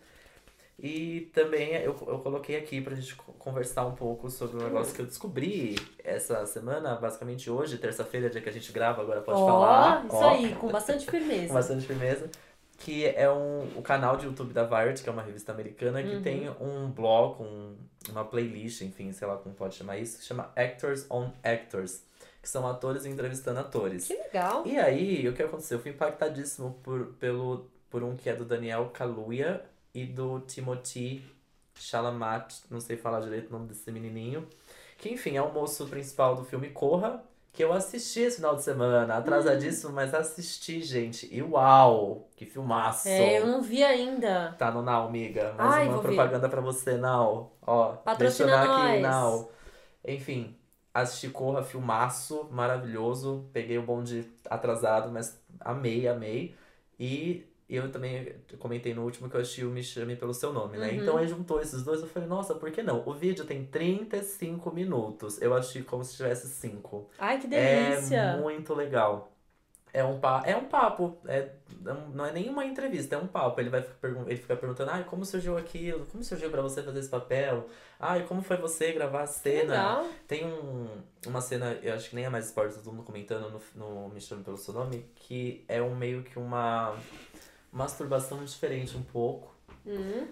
Speaker 1: E também eu, eu coloquei aqui pra gente co- conversar um pouco sobre um negócio que eu descobri essa semana, basicamente hoje, terça-feira, dia que a gente grava, agora pode
Speaker 2: Ó,
Speaker 1: falar.
Speaker 2: isso
Speaker 1: Ó,
Speaker 2: aí, com bastante firmeza.
Speaker 1: com bastante firmeza. Que é um, o canal de YouTube da Variety, que é uma revista americana, que
Speaker 2: Uhum.
Speaker 1: tem um blog, um, uma playlist, enfim, sei lá como pode chamar isso, que chama Actors on Actors, que são atores entrevistando atores.
Speaker 2: Que legal.
Speaker 1: E aí, o que aconteceu? Eu fui impactadíssimo por, pelo, por um que é do Daniel Kaluuya e do Timothy Chalamet, não sei falar direito o nome desse menininho, que enfim, é o moço principal do filme Corra, que eu assisti esse final de semana, atrasadíssimo, mas assisti, gente, e uau, que filmaço!
Speaker 2: É, eu não vi ainda.
Speaker 1: Tá no Now, amiga, mais
Speaker 2: Ai,
Speaker 1: uma
Speaker 2: vou ver.
Speaker 1: propaganda pra você, Now, ó,
Speaker 2: Patrocina
Speaker 1: mencionar aqui,
Speaker 2: nós.
Speaker 1: Now. Enfim, assisti Corra, filmaço, maravilhoso. Peguei o bonde atrasado, mas amei, amei. E eu também comentei no último que eu assisti o Me Chame Pelo Seu Nome, né?
Speaker 2: Uhum.
Speaker 1: Então aí juntou esses dois, eu falei, nossa, por que não? O vídeo tem trinta e cinco minutos. Eu assisti como se tivesse cinco.
Speaker 2: Ai, que
Speaker 1: É
Speaker 2: delícia.
Speaker 1: muito legal. É um, pa é um papo, é, não é nenhuma entrevista, é um papo. Ele vai pergun ele fica perguntando, ai, como surgiu aquilo? Como surgiu pra você fazer esse papel? Ai, como foi você gravar a
Speaker 2: Que
Speaker 1: cena?
Speaker 2: legal.
Speaker 1: Tem um, uma cena, eu acho que nem é mais spoiler, todo mundo comentando no, no Me Chame Pelo Seu Nome, que é um meio que uma masturbação diferente um pouco.
Speaker 2: Hum.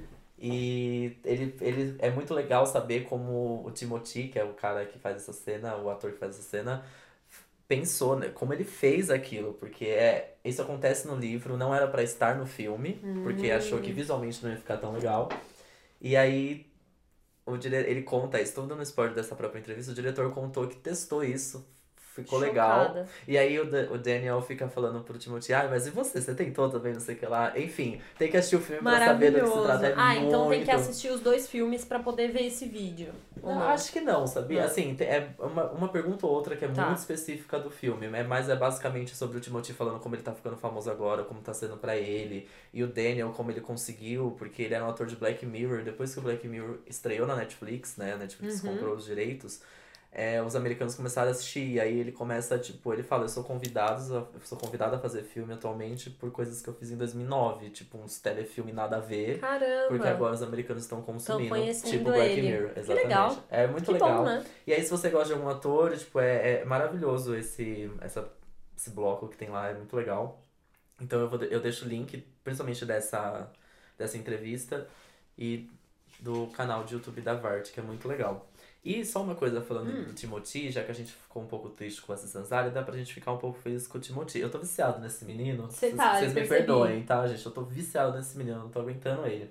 Speaker 1: E ele, ele é muito legal saber como o Timothy, que é o cara que faz essa cena, o ator que faz essa cena, pensou, né? Como ele fez aquilo, porque é, isso acontece no livro, não era pra estar no filme, porque achou que visualmente não ia ficar tão legal. E aí o dire... ele conta isso, tô dando spoiler dessa própria entrevista, o diretor contou que testou isso, ficou legal.
Speaker 2: Chocada.
Speaker 1: E aí o, Da- o Daniel fica falando pro Timothy, ah, mas e você? Você tentou também, não sei o que lá. Enfim, tem que assistir o filme pra saber do que se
Speaker 2: Maravilhoso.
Speaker 1: trata. É
Speaker 2: Ah, então tem que
Speaker 1: muito-
Speaker 2: assistir os dois filmes pra poder ver esse vídeo. Ou
Speaker 1: Não,
Speaker 2: não?
Speaker 1: acho que não, sabia?
Speaker 2: Não.
Speaker 1: Assim, te- é uma, uma pergunta ou outra que é
Speaker 2: Tá.
Speaker 1: muito específica do filme, é, mas é basicamente sobre o Timothy falando como ele tá ficando famoso agora, como tá sendo pra ele, e o Daniel, como ele conseguiu, porque ele era um ator de Black Mirror, depois que o Black Mirror estreou na Netflix, né, a Netflix
Speaker 2: Uhum.
Speaker 1: comprou os direitos, é, os americanos começaram a assistir, e aí ele começa, tipo, ele fala, eu sou convidado, a- eu sou convidado a fazer filme atualmente por coisas que eu fiz em dois mil e nove, tipo, uns telefilme nada a ver,
Speaker 2: Caramba.
Speaker 1: porque agora os americanos estão consumindo,
Speaker 2: conhecendo
Speaker 1: tipo Black
Speaker 2: ele.
Speaker 1: Mirror,
Speaker 2: Que
Speaker 1: exatamente.
Speaker 2: legal.
Speaker 1: É muito
Speaker 2: Que
Speaker 1: legal.
Speaker 2: bom, né?
Speaker 1: E aí, se você gosta de algum ator, tipo, é, é maravilhoso esse, essa, esse bloco que tem lá, é muito legal. Então eu, vou, de- eu deixo o link, principalmente dessa, dessa entrevista e do canal de YouTube da Vart, que é muito legal. E só uma coisa falando
Speaker 2: Hum.
Speaker 1: do Timothy, já que a gente ficou um pouco triste com essa Zanzara, dá pra gente ficar um pouco feliz com o Timothy. Eu tô viciado nesse menino.
Speaker 2: Cê
Speaker 1: Vocês-
Speaker 2: tá, eu
Speaker 1: Vocês me
Speaker 2: percebi.
Speaker 1: perdoem, tá, gente? Eu tô viciado nesse menino, eu não tô aguentando ele.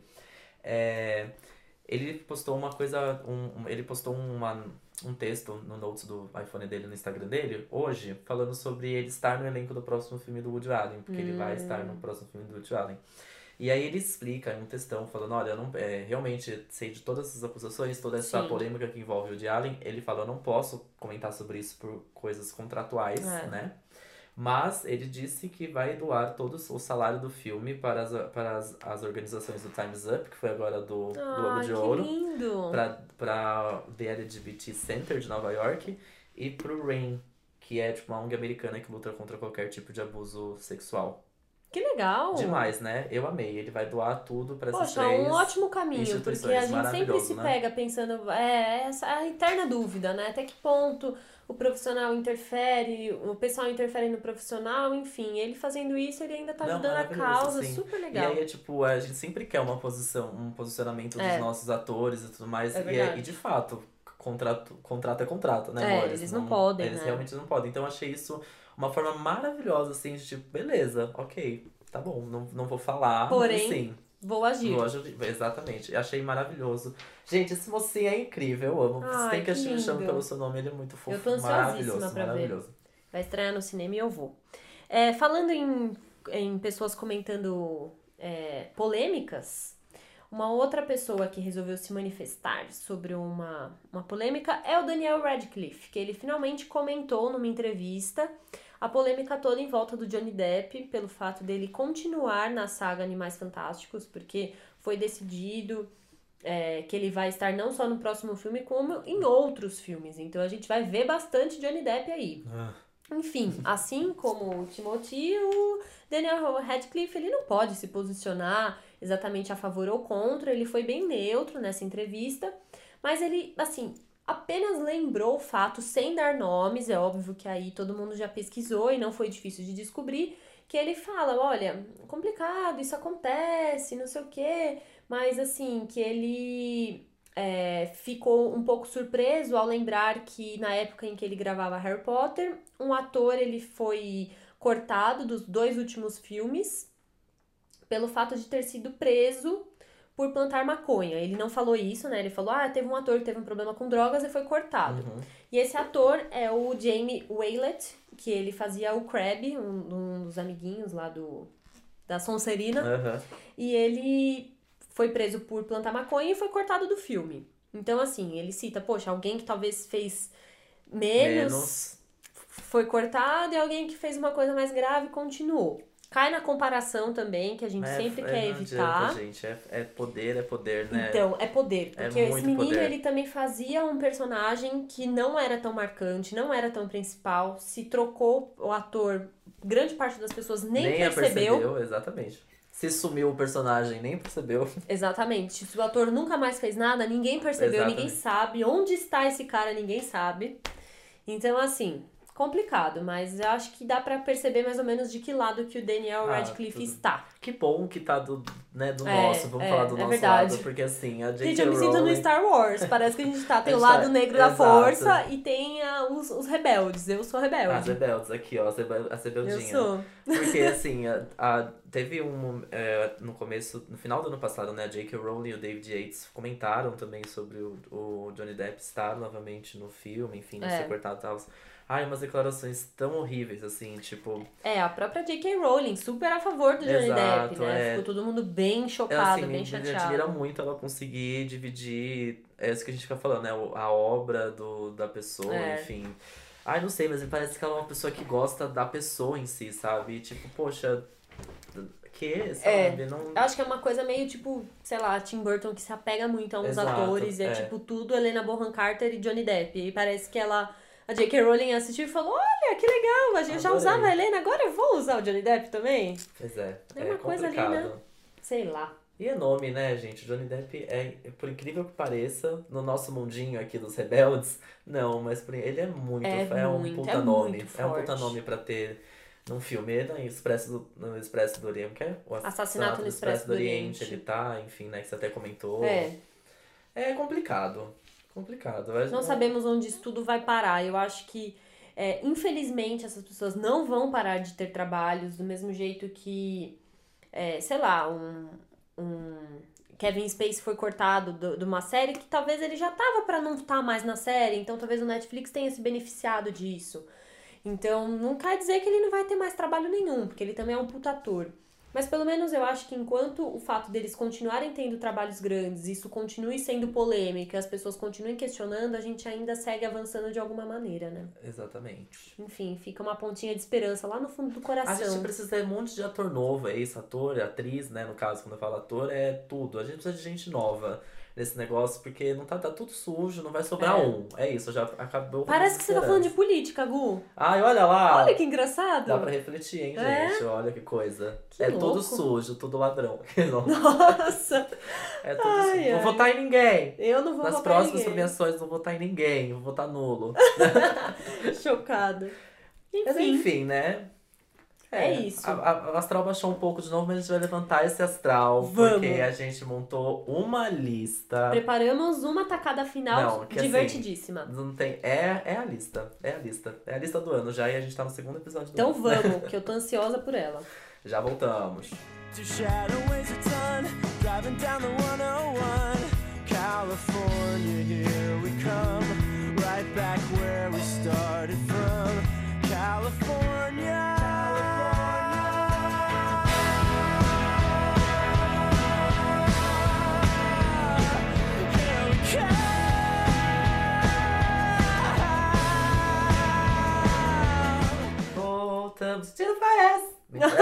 Speaker 1: É, ele postou uma coisa, um, um- ele postou uma, um texto no notes do iPhone dele, no Instagram dele, hoje, falando sobre ele estar no elenco do próximo filme do Woody Allen, porque ele vai estar no próximo filme do Woody Allen. E aí ele explica em um textão, falando, olha, eu não, é, realmente sei de todas essas acusações, toda essa
Speaker 2: Sim.
Speaker 1: polêmica que envolve o Woody Allen, ele fala, eu não posso comentar sobre isso por coisas contratuais,
Speaker 2: É.
Speaker 1: né? Mas ele disse que vai doar todo o salário do filme para as, para as, as organizações do Time's Up, que foi agora do Globo
Speaker 2: Ai,
Speaker 1: de
Speaker 2: que
Speaker 1: Ouro,
Speaker 2: lindo.
Speaker 1: para para The L G B T Center de Nova York e pro RAIN, que é tipo uma O N G americana que luta contra qualquer tipo de abuso sexual.
Speaker 2: Que legal.
Speaker 1: Demais, né? Eu amei. Ele vai doar tudo pra essas
Speaker 2: Poxa,
Speaker 1: três
Speaker 2: um ótimo caminho, porque
Speaker 1: instituições.
Speaker 2: a gente sempre
Speaker 1: Maravilhoso,
Speaker 2: se
Speaker 1: né?
Speaker 2: pega pensando, é, essa é a eterna dúvida, né? Até que ponto o profissional interfere, o pessoal interfere no profissional, enfim, ele fazendo isso, ele ainda tá
Speaker 1: Não,
Speaker 2: ajudando a
Speaker 1: maravilhoso,
Speaker 2: causa,
Speaker 1: sim.
Speaker 2: super
Speaker 1: E
Speaker 2: legal.
Speaker 1: aí é tipo, a gente sempre quer uma posição, um posicionamento dos
Speaker 2: É.
Speaker 1: nossos atores e tudo mais.
Speaker 2: É
Speaker 1: e,
Speaker 2: verdade.
Speaker 1: é- e de fato, contrato, contrato é contrato, né,
Speaker 2: É,
Speaker 1: amores?
Speaker 2: eles não podem,
Speaker 1: Eles
Speaker 2: né?
Speaker 1: realmente não podem. Então eu achei isso uma forma maravilhosa, assim, de tipo, beleza, ok, tá bom, não, não vou falar,
Speaker 2: Porém,
Speaker 1: mas sim.
Speaker 2: Vou agir.
Speaker 1: Vou agir. Exatamente. Achei maravilhoso. Gente, esse mocinho é incrível, eu amo. Você
Speaker 2: Ai,
Speaker 1: tem que
Speaker 2: que
Speaker 1: assistir Me Chame
Speaker 2: lindo.
Speaker 1: Pelo Seu Nome, ele é muito fofo.
Speaker 2: Eu tô ansiosíssima
Speaker 1: maravilhoso,
Speaker 2: pra ver.
Speaker 1: maravilhoso.
Speaker 2: Vai estrear no cinema e eu vou. É, falando em, em pessoas comentando é, polêmicas, uma outra pessoa que resolveu se manifestar sobre uma, uma polêmica é o Daniel Radcliffe, que ele finalmente comentou numa entrevista a polêmica toda em volta do Johnny Depp pelo fato dele continuar na saga Animais Fantásticos, porque foi decidido é, que ele vai estar não só no próximo filme, como em outros filmes. Então a gente vai ver bastante Johnny Depp aí.
Speaker 1: Ah,
Speaker 2: Enfim, assim como o Timothy, o Daniel Radcliffe, ele não pode se posicionar exatamente a favor ou contra, ele foi bem neutro nessa entrevista, mas ele, assim, apenas lembrou o fato, sem dar nomes, é óbvio que aí todo mundo já pesquisou e não foi difícil de descobrir, que ele fala, olha, complicado, isso acontece, não sei o quê, mas assim, que ele é, ficou um pouco surpreso ao lembrar que na época em que ele gravava Harry Potter, um ator ele foi cortado dos dois últimos filmes pelo fato de ter sido preso por plantar maconha. Ele não falou isso, né? Ele falou, ah, teve um ator que teve um problema com drogas e foi cortado.
Speaker 1: uhum.
Speaker 2: E esse ator é o Jamie Waylett, que ele fazia o Crabbe, um, um dos amiguinhos lá do da Sonserina.
Speaker 1: Aham.
Speaker 2: E ele foi preso por plantar maconha e foi cortado do filme. Então, assim, ele cita, poxa, alguém que talvez fez menos,
Speaker 1: Menos.
Speaker 2: foi cortado e alguém que fez uma coisa mais grave continuou. Cai na comparação também, que a gente
Speaker 1: É,
Speaker 2: sempre
Speaker 1: é,
Speaker 2: quer
Speaker 1: não
Speaker 2: evitar.
Speaker 1: adianta, gente. É, é poder, é poder, né?
Speaker 2: Então, é poder.
Speaker 1: É
Speaker 2: Porque esse
Speaker 1: muito
Speaker 2: menino,
Speaker 1: poder.
Speaker 2: ele também fazia um personagem que não era tão marcante, não era tão principal. Se trocou o ator, grande parte das pessoas nem,
Speaker 1: nem a
Speaker 2: percebeu.
Speaker 1: percebeu, exatamente. Se sumiu o personagem, nem percebeu.
Speaker 2: Exatamente. Se o ator nunca mais fez nada, ninguém percebeu,
Speaker 1: Exatamente.
Speaker 2: ninguém sabe. Onde está esse cara, ninguém sabe. Então, assim, complicado, mas eu acho que dá pra perceber mais ou menos de que lado que o Daniel
Speaker 1: Ah,
Speaker 2: Radcliffe
Speaker 1: tudo.
Speaker 2: está.
Speaker 1: Que bom que tá do, né, do
Speaker 2: É,
Speaker 1: nosso, vamos
Speaker 2: é,
Speaker 1: falar do
Speaker 2: é
Speaker 1: nosso
Speaker 2: verdade.
Speaker 1: lado, porque assim, a J K
Speaker 2: Gente, eu me sinto no
Speaker 1: Rowling...
Speaker 2: Star Wars. Parece que a gente tá, tem
Speaker 1: A
Speaker 2: o
Speaker 1: gente
Speaker 2: lado
Speaker 1: tá-
Speaker 2: negro da
Speaker 1: exato.
Speaker 2: força e tem ah, os, os rebeldes. Eu sou
Speaker 1: As
Speaker 2: rebelde.
Speaker 1: rebeldes, aqui ó, as rebel- as
Speaker 2: Eu
Speaker 1: rebeldinhas.
Speaker 2: sou.
Speaker 1: Porque assim, a, a- teve um. é, no começo, no final do ano passado, né, a J K Rowling e o David Yates comentaram também sobre o, o Johnny Depp estar novamente no filme, enfim, não
Speaker 2: É.
Speaker 1: ser cortado e tal. Ai, umas declarações tão horríveis, assim, tipo.
Speaker 2: É, a própria J K Rowling, super a favor do Johnny
Speaker 1: Exato,
Speaker 2: Depp, né?
Speaker 1: é.
Speaker 2: Ficou todo mundo bem
Speaker 1: É,
Speaker 2: chocado,
Speaker 1: assim,
Speaker 2: bem
Speaker 1: me, me
Speaker 2: chateado.
Speaker 1: admira muito ela conseguir dividir. É isso que a gente fica falando, né? o- A obra do, da pessoa,
Speaker 2: É.
Speaker 1: enfim. Ai, não sei, mas me parece que ela é uma pessoa que gosta da pessoa em si, sabe? Tipo, poxa, que, sabe? Não...
Speaker 2: Eu acho que é uma coisa meio tipo, sei lá, Tim Burton que se apega muito a uns
Speaker 1: Exato,
Speaker 2: atores. É,
Speaker 1: é.
Speaker 2: tipo tudo Helena Bonham Carter e Johnny Depp. E parece que ela, a J K Rowling assistiu e falou, olha, que legal, a gente já
Speaker 1: Adorei.
Speaker 2: usava a Helena, agora eu vou usar o Johnny Depp também.
Speaker 1: Pois é,
Speaker 2: É
Speaker 1: é,
Speaker 2: uma coisa ali,
Speaker 1: complicado.
Speaker 2: né? Sei lá.
Speaker 1: E é nome, né, gente? Johnny Depp é, por incrível que pareça, no nosso mundinho aqui dos rebeldes, não, mas por- ele é muito,
Speaker 2: É
Speaker 1: é, um
Speaker 2: muito,
Speaker 1: puta
Speaker 2: é
Speaker 1: nome.
Speaker 2: muito
Speaker 1: É um puta
Speaker 2: forte.
Speaker 1: nome pra ter num filme. Ele no Expresso do, no Expresso do Oriente, que é o
Speaker 2: Assassinato no Expresso do Oriente.
Speaker 1: ele tá, enfim, né, que você até comentou.
Speaker 2: É,
Speaker 1: É complicado, complicado. Mas
Speaker 2: não sabemos onde isso tudo vai parar. Eu acho que, é, infelizmente, essas pessoas não vão parar de ter trabalhos do mesmo jeito que, é, sei lá, um, um Kevin Spacey foi cortado do- de uma série que talvez ele já tava pra não estar mais na série, então talvez o Netflix tenha se beneficiado disso. Então, não quer dizer que ele não vai ter mais trabalho nenhum, porque ele também é um puta ator. Mas pelo menos eu acho que enquanto o fato deles continuarem tendo trabalhos grandes, isso continue sendo polêmico, as pessoas continuem questionando, a gente ainda segue avançando de alguma maneira, né?
Speaker 1: Exatamente.
Speaker 2: Enfim, fica uma pontinha de esperança lá no fundo do
Speaker 1: A
Speaker 2: coração.
Speaker 1: gente precisa de um monte de ator novo, é isso, ator, atriz, né? No caso, quando eu falo ator, é tudo. A gente precisa de gente nova. nesse negócio, porque não tá, tá tudo sujo, não vai sobrar
Speaker 2: É.
Speaker 1: um. É isso, já acabou. com
Speaker 2: Parece
Speaker 1: as
Speaker 2: que você tá falando de
Speaker 1: esperanças.
Speaker 2: política, Gu.
Speaker 1: Ai, olha lá!
Speaker 2: Olha que engraçado.
Speaker 1: Dá pra refletir, hein,
Speaker 2: É?
Speaker 1: gente? Olha que coisa.
Speaker 2: Que
Speaker 1: é
Speaker 2: louco.
Speaker 1: tudo sujo, tudo ladrão. Não,
Speaker 2: Nossa,
Speaker 1: é tudo
Speaker 2: Ai,
Speaker 1: sujo.
Speaker 2: ai.
Speaker 1: Vou votar em ninguém!
Speaker 2: eu não vou
Speaker 1: Nas
Speaker 2: votar em
Speaker 1: próximas
Speaker 2: ninguém.
Speaker 1: premiações, não vou votar em ninguém, vou votar nulo.
Speaker 2: Chocada.
Speaker 1: Mas
Speaker 2: Enfim,
Speaker 1: enfim, né?
Speaker 2: É isso.
Speaker 1: A, a- o astral baixou um pouco de novo, mas a gente vai levantar esse astral.
Speaker 2: Vamos.
Speaker 1: Porque a gente montou uma lista.
Speaker 2: preparamos uma tacada final
Speaker 1: Não, que assim,
Speaker 2: divertidíssima.
Speaker 1: Não tem. É, é a lista. É a lista. É a lista do ano já e a gente tá no segundo episódio do
Speaker 2: Então
Speaker 1: ano.
Speaker 2: vamos, que eu tô ansiosa por ela.
Speaker 1: Já voltamos.
Speaker 3: To Shadoways a ton, driving down the one oh one. California, here we come, right back where we started from. California. Here we come.
Speaker 1: Voltamos. Tira parece.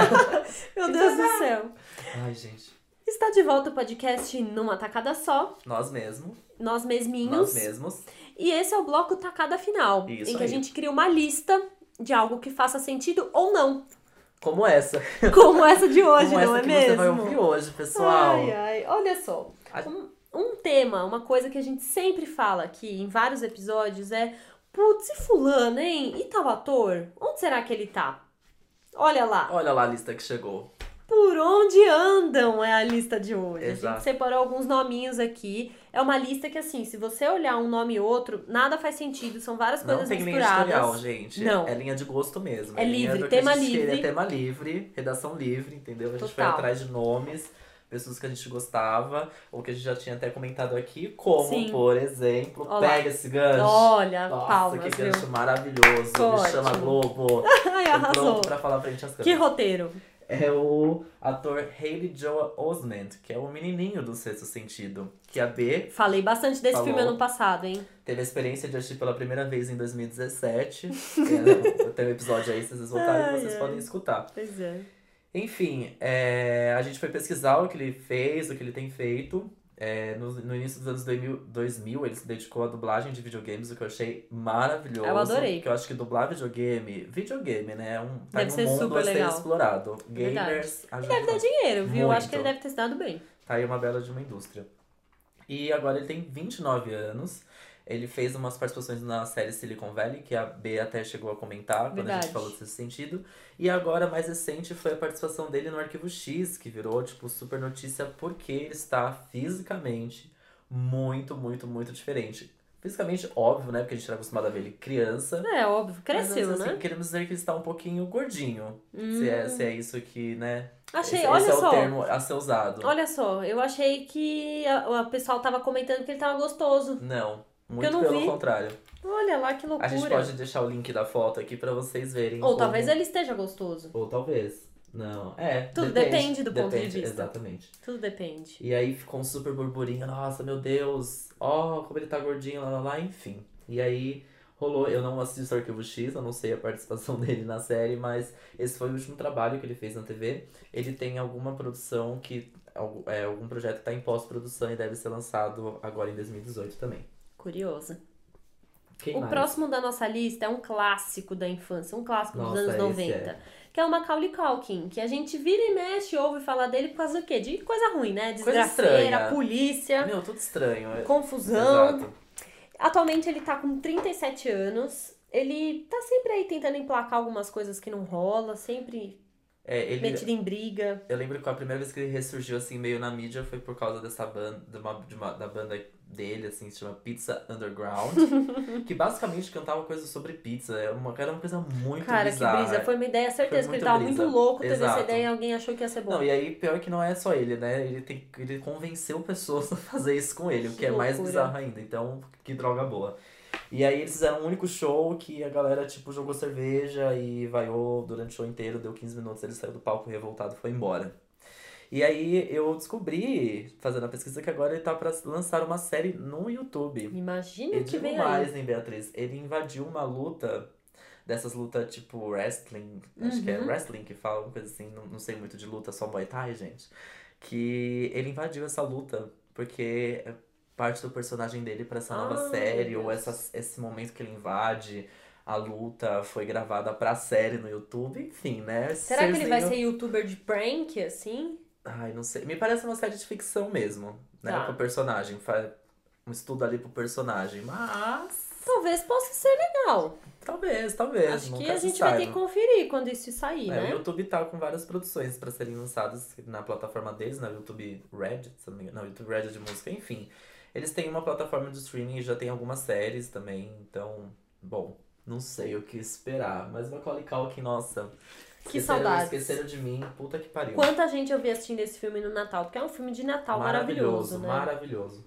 Speaker 2: Meu Deus do céu.
Speaker 1: Ai, gente.
Speaker 2: Está de volta o podcast numa tacada só,
Speaker 1: Nós mesmos.
Speaker 2: nós mesminhos.
Speaker 1: Nós mesmos.
Speaker 2: E esse é o bloco tacada final,
Speaker 1: Isso
Speaker 2: em que
Speaker 1: aí.
Speaker 2: a gente cria uma lista de algo que faça sentido ou não.
Speaker 1: Como essa.
Speaker 2: Como essa de hoje,
Speaker 1: Como
Speaker 2: não
Speaker 1: essa
Speaker 2: é
Speaker 1: que
Speaker 2: mesmo?
Speaker 1: você vai ouvir hoje, pessoal.
Speaker 2: Ai, ai, olha só.
Speaker 1: A-
Speaker 2: Um, um tema, uma coisa que a gente sempre fala aqui em vários episódios é: putz, e fulano, hein? E tal ator? Onde será que ele tá? Olha lá.
Speaker 1: Olha lá a lista que chegou.
Speaker 2: Por onde andam é a lista de hoje. A
Speaker 1: Exato.
Speaker 2: gente separou alguns nominhos aqui. É uma lista que, assim, se você olhar um nome e outro, nada faz sentido. São várias
Speaker 1: Não
Speaker 2: coisas
Speaker 1: tem linha
Speaker 2: misturadas.
Speaker 1: editorial, gente.
Speaker 2: Não.
Speaker 1: É linha de gosto mesmo.
Speaker 2: É
Speaker 1: linha
Speaker 2: livre,
Speaker 1: do que
Speaker 2: tema
Speaker 1: a gente
Speaker 2: livre.
Speaker 1: queria, tema livre, redação livre, entendeu? A gente foi
Speaker 2: Total.
Speaker 1: atrás de nomes, pessoas que a gente gostava, ou que a gente já tinha até comentado aqui, como,
Speaker 2: Sim.
Speaker 1: por exemplo,
Speaker 2: Olha lá.
Speaker 1: pega esse gancho.
Speaker 2: Olha,
Speaker 1: Nossa,
Speaker 2: palmas,
Speaker 1: que
Speaker 2: viu?
Speaker 1: gancho maravilhoso. Me
Speaker 2: Ótimo.
Speaker 1: chama Globo.
Speaker 2: Ai,
Speaker 1: Tô
Speaker 2: arrasou.
Speaker 1: pronto pra falar frente às
Speaker 2: Que
Speaker 1: câmeras.
Speaker 2: roteiro.
Speaker 1: É o ator Haley Joel Osment, que é o menininho do Sexto Sentido. Que a B
Speaker 2: Falei bastante desse
Speaker 1: Falou.
Speaker 2: filme ano passado, hein?
Speaker 1: teve a experiência de assistir pela primeira vez em dois mil e dezessete. É, tem um episódio aí, se vocês voltarem,
Speaker 2: Ai,
Speaker 1: vocês
Speaker 2: ai.
Speaker 1: podem escutar.
Speaker 2: Pois é.
Speaker 1: Enfim, é, a gente foi pesquisar o que ele fez, o que ele tem feito. É, no, no início dos anos dois mil, dois mil, ele se dedicou à dublagem de videogames, o que eu achei maravilhoso.
Speaker 2: Eu adorei.
Speaker 1: Porque eu acho que dublar videogame, videogame, né? É um, tá
Speaker 2: Deve
Speaker 1: em um
Speaker 2: ser
Speaker 1: mundo
Speaker 2: super
Speaker 1: a ser
Speaker 2: legal.
Speaker 1: explorado.
Speaker 2: Verdade.
Speaker 1: Gamers,
Speaker 2: E
Speaker 1: ajuda
Speaker 2: deve dar
Speaker 1: muito.
Speaker 2: dinheiro, viu? Eu Acho
Speaker 1: Muito.
Speaker 2: que ele deve ter se dado bem.
Speaker 1: Tá aí uma bela de uma indústria. E agora ele tem vinte e nove anos. Ele fez umas participações na série Silicon Valley, que a B até chegou a comentar quando a
Speaker 2: Verdade.
Speaker 1: gente falou desse sentido. E agora, mais recente, foi a participação dele no Arquivo X, que virou, tipo, super notícia, porque ele está fisicamente muito, muito, muito diferente. Fisicamente, óbvio, né? Porque a gente era acostumado a ver ele criança.
Speaker 2: É, óbvio. Cresceu,
Speaker 1: Mas, assim,
Speaker 2: né?
Speaker 1: queremos dizer que ele está um pouquinho gordinho. Se, é, se é isso que, né?
Speaker 2: Achei,
Speaker 1: esse,
Speaker 2: olha
Speaker 1: esse é
Speaker 2: só.
Speaker 1: o termo a ser usado.
Speaker 2: Olha só, eu achei que a- o pessoal tava comentando que ele tava gostoso.
Speaker 1: Não,
Speaker 2: eu
Speaker 1: muito
Speaker 2: não
Speaker 1: pelo
Speaker 2: vi.
Speaker 1: contrário.
Speaker 2: Olha lá que
Speaker 1: A
Speaker 2: loucura.
Speaker 1: gente pode deixar o link da foto aqui pra vocês verem.
Speaker 2: Ou
Speaker 1: como-
Speaker 2: talvez ele esteja gostoso.
Speaker 1: Ou talvez. Não, é.
Speaker 2: Tudo depende do ponto de
Speaker 1: depende,
Speaker 2: vista.
Speaker 1: Exatamente.
Speaker 2: Tudo depende.
Speaker 1: E aí ficou um super burburinho. Nossa, meu Deus. Ó, como ele tá gordinho, lá, lá, lá. Enfim. E aí rolou. Eu não assisto Arquivo X, eu não sei a participação dele na série, mas esse foi o último trabalho que ele fez na T V. Ele tem alguma produção que. algu- É, algum projeto que tá em pós-produção e deve ser lançado agora em dois mil e dezoito também.
Speaker 2: Curiosa.
Speaker 1: Quem
Speaker 2: O
Speaker 1: mais?
Speaker 2: próximo da nossa lista é um clássico da infância, um clássico
Speaker 1: Nossa,
Speaker 2: dos anos
Speaker 1: esse
Speaker 2: noventa.
Speaker 1: é.
Speaker 2: Que é o Macaulay Culkin, que a gente vira e mexe, ouve falar dele por causa do quê? De coisa ruim, né?
Speaker 1: Coisa
Speaker 2: Desgraceira,
Speaker 1: estranha.
Speaker 2: polícia,
Speaker 1: Meu, tudo estranho. é-
Speaker 2: confusão.
Speaker 1: Exato.
Speaker 2: Atualmente ele tá com trinta e sete anos. Ele tá sempre aí tentando emplacar algumas coisas que não rola, sempre
Speaker 1: É, ele,
Speaker 2: metido em briga.
Speaker 1: Eu lembro que a primeira vez que ele ressurgiu, assim, meio na mídia foi por causa dessa banda, de uma, de uma- da banda dele, assim, se chama Pizza Underground, que basicamente cantava coisas sobre pizza. Era uma, era uma coisa muito
Speaker 2: Cara,
Speaker 1: bizarra.
Speaker 2: que brisa. Foi uma ideia, certeza
Speaker 1: Foi
Speaker 2: que ele
Speaker 1: muito
Speaker 2: tava
Speaker 1: brisa.
Speaker 2: muito louco, teve essa
Speaker 1: Exato.
Speaker 2: ideia e alguém achou que ia ser bom.
Speaker 1: Não, e aí, pior que não é só ele, né? Ele, tem, ele convenceu pessoas a fazer isso com ele, o
Speaker 2: Que
Speaker 1: que é mais
Speaker 2: loucura.
Speaker 1: bizarro ainda. Então, que droga boa. E aí eles fizeram um único show que a galera, tipo, jogou cerveja e vaiou durante o show inteiro, deu quinze minutos, ele saiu do palco revoltado e foi embora. E aí eu descobri, fazendo a pesquisa, que agora ele tá pra lançar uma série no YouTube.
Speaker 2: Imagina
Speaker 1: Eu
Speaker 2: o que
Speaker 1: digo
Speaker 2: vem
Speaker 1: mais,
Speaker 2: aí.
Speaker 1: hein, Beatriz? Ele invadiu uma luta, dessas lutas tipo wrestling, acho que é
Speaker 2: Uhum.
Speaker 1: wrestling que fala, uma coisa assim, não, não sei muito de luta, só Muay Thai, gente. Que ele invadiu essa luta, porque parte do personagem dele pra essa nova
Speaker 2: Ai,
Speaker 1: série,
Speaker 2: meu
Speaker 1: ou
Speaker 2: Deus.
Speaker 1: essa, esse momento que ele invade a luta foi gravada pra série no YouTube, enfim, né?
Speaker 2: Será que ele vai ser
Speaker 1: Serzinho-
Speaker 2: youtuber de prank, assim?
Speaker 1: Ai, não sei. Me parece uma série de ficção mesmo, né?
Speaker 2: Tá.
Speaker 1: Com o personagem. Faz um estudo ali pro personagem. Mas.
Speaker 2: Talvez possa ser legal.
Speaker 1: Talvez, talvez.
Speaker 2: Acho
Speaker 1: nunca
Speaker 2: que a
Speaker 1: se
Speaker 2: gente vai ter
Speaker 1: saiba.
Speaker 2: que conferir quando isso sair,
Speaker 1: É, o
Speaker 2: né?
Speaker 1: YouTube tá com várias produções pra serem lançadas na plataforma deles, na YouTube Red, se eu não me engano. Não, YouTube Red é de música, enfim. Eles têm uma plataforma de streaming e já tem algumas séries também, então, bom, não sei o que esperar. Mas Macaulay Culkin, nossa,
Speaker 2: Que
Speaker 1: esqueceram,
Speaker 2: saudades.
Speaker 1: esqueceram de mim, puta que pariu.
Speaker 2: Quanta gente eu vi assistindo esse filme no Natal, porque é um filme de Natal maravilhoso, né?
Speaker 1: Maravilhoso.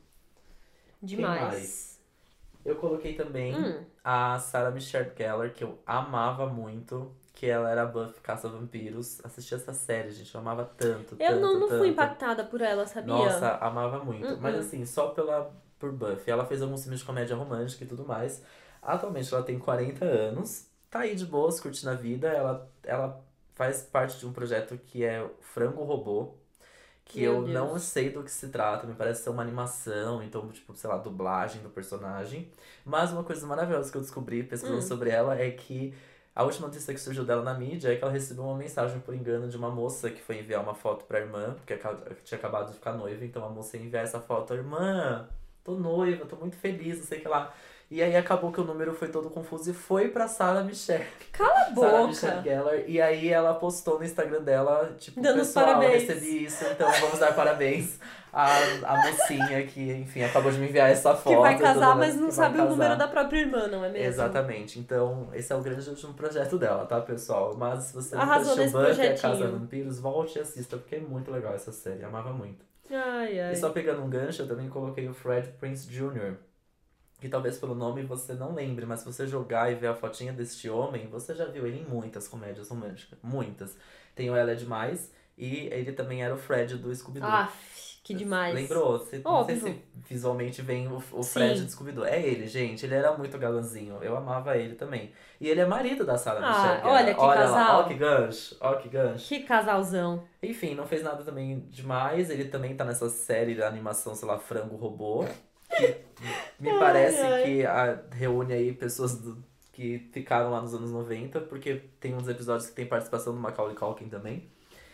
Speaker 2: Demais.
Speaker 1: Quem mais? Eu coloquei também
Speaker 2: Hum.
Speaker 1: a Sarah Michelle Gellar, que eu amava muito, que ela era Buffy Caça-Vampiros. Assisti essa série, gente, eu amava tanto,
Speaker 2: Eu
Speaker 1: tanto,
Speaker 2: não, não fui
Speaker 1: tanto.
Speaker 2: impactada por ela, sabia?
Speaker 1: Nossa, amava muito.
Speaker 2: Uh-uh.
Speaker 1: Mas assim, só pela por Buffy. Ela fez alguns filmes de comédia romântica e tudo mais. Atualmente ela tem quarenta anos, tá aí de boas, curtindo a vida. Ela, ela faz parte de um projeto que é o Frango Robô, que
Speaker 2: Meu
Speaker 1: eu
Speaker 2: Deus.
Speaker 1: não sei do que se trata, me parece ser uma animação, então, tipo, sei lá, dublagem do personagem. Mas uma coisa maravilhosa que eu descobri pesquisando
Speaker 2: Hum.
Speaker 1: sobre ela é que a última notícia que surgiu dela na mídia é que ela recebeu uma mensagem por engano de uma moça que foi enviar uma foto pra irmã, porque aca- tinha acabado de ficar noiva, então a moça ia enviar essa foto, irmã, tô noiva, tô muito feliz, não sei o que lá. E aí acabou que o número foi todo confuso e foi pra Sarah Michelle.
Speaker 2: Cala a
Speaker 1: Sarah Michelle
Speaker 2: boca!
Speaker 1: Gellar. E aí ela postou no Instagram dela, tipo,
Speaker 2: Dando os
Speaker 1: pessoal, eu
Speaker 2: parabéns."
Speaker 1: recebi isso, então vamos dar parabéns à, à mocinha que, enfim, acabou de me enviar essa foto.
Speaker 2: Que vai
Speaker 1: e tudo
Speaker 2: casar,
Speaker 1: mais,
Speaker 2: mas não
Speaker 1: que vai
Speaker 2: sabe o número
Speaker 1: casar.
Speaker 2: da própria irmã, não é mesmo?
Speaker 1: Exatamente. Então, esse é o grande último projeto dela, tá, pessoal? Mas se você nunca
Speaker 2: Arrasou
Speaker 1: assistiu
Speaker 2: nesse
Speaker 1: Buffy, a Casa
Speaker 2: projetinho.
Speaker 1: Vampiros, volte e assista, porque é muito legal essa série. Amava muito.
Speaker 2: Ai, ai.
Speaker 1: E só pegando um gancho, eu também coloquei o Fred Prinze Júnior Que talvez pelo nome você não lembre, mas se você jogar e ver a fotinha deste homem, você já viu ele em muitas comédias românticas. Muitas. Tem o Ela é Demais e ele também era o Fred do Scooby-Doo.
Speaker 2: Aff, que demais.
Speaker 1: Lembrou? Você, não sei
Speaker 2: Óbvio.
Speaker 1: se visualmente vem o, o
Speaker 2: Sim.
Speaker 1: Fred do Scooby-Doo. É ele, gente. Ele era muito galanzinho. Eu amava ele também. E ele é marido da Sarah
Speaker 2: Ah,
Speaker 1: Michelle Gellar.
Speaker 2: olha que
Speaker 1: Olha lá,
Speaker 2: casal.
Speaker 1: ó que gancho. Ó que gancho.
Speaker 2: Que casalzão.
Speaker 1: Enfim, não fez nada também demais. Ele também tá nessa série de animação, sei lá, Frango Robô. Que me
Speaker 2: Ai,
Speaker 1: parece
Speaker 2: ai.
Speaker 1: que a- reúne aí pessoas do- que ficaram lá nos anos noventa, porque tem uns episódios que tem participação do Macaulay Culkin também.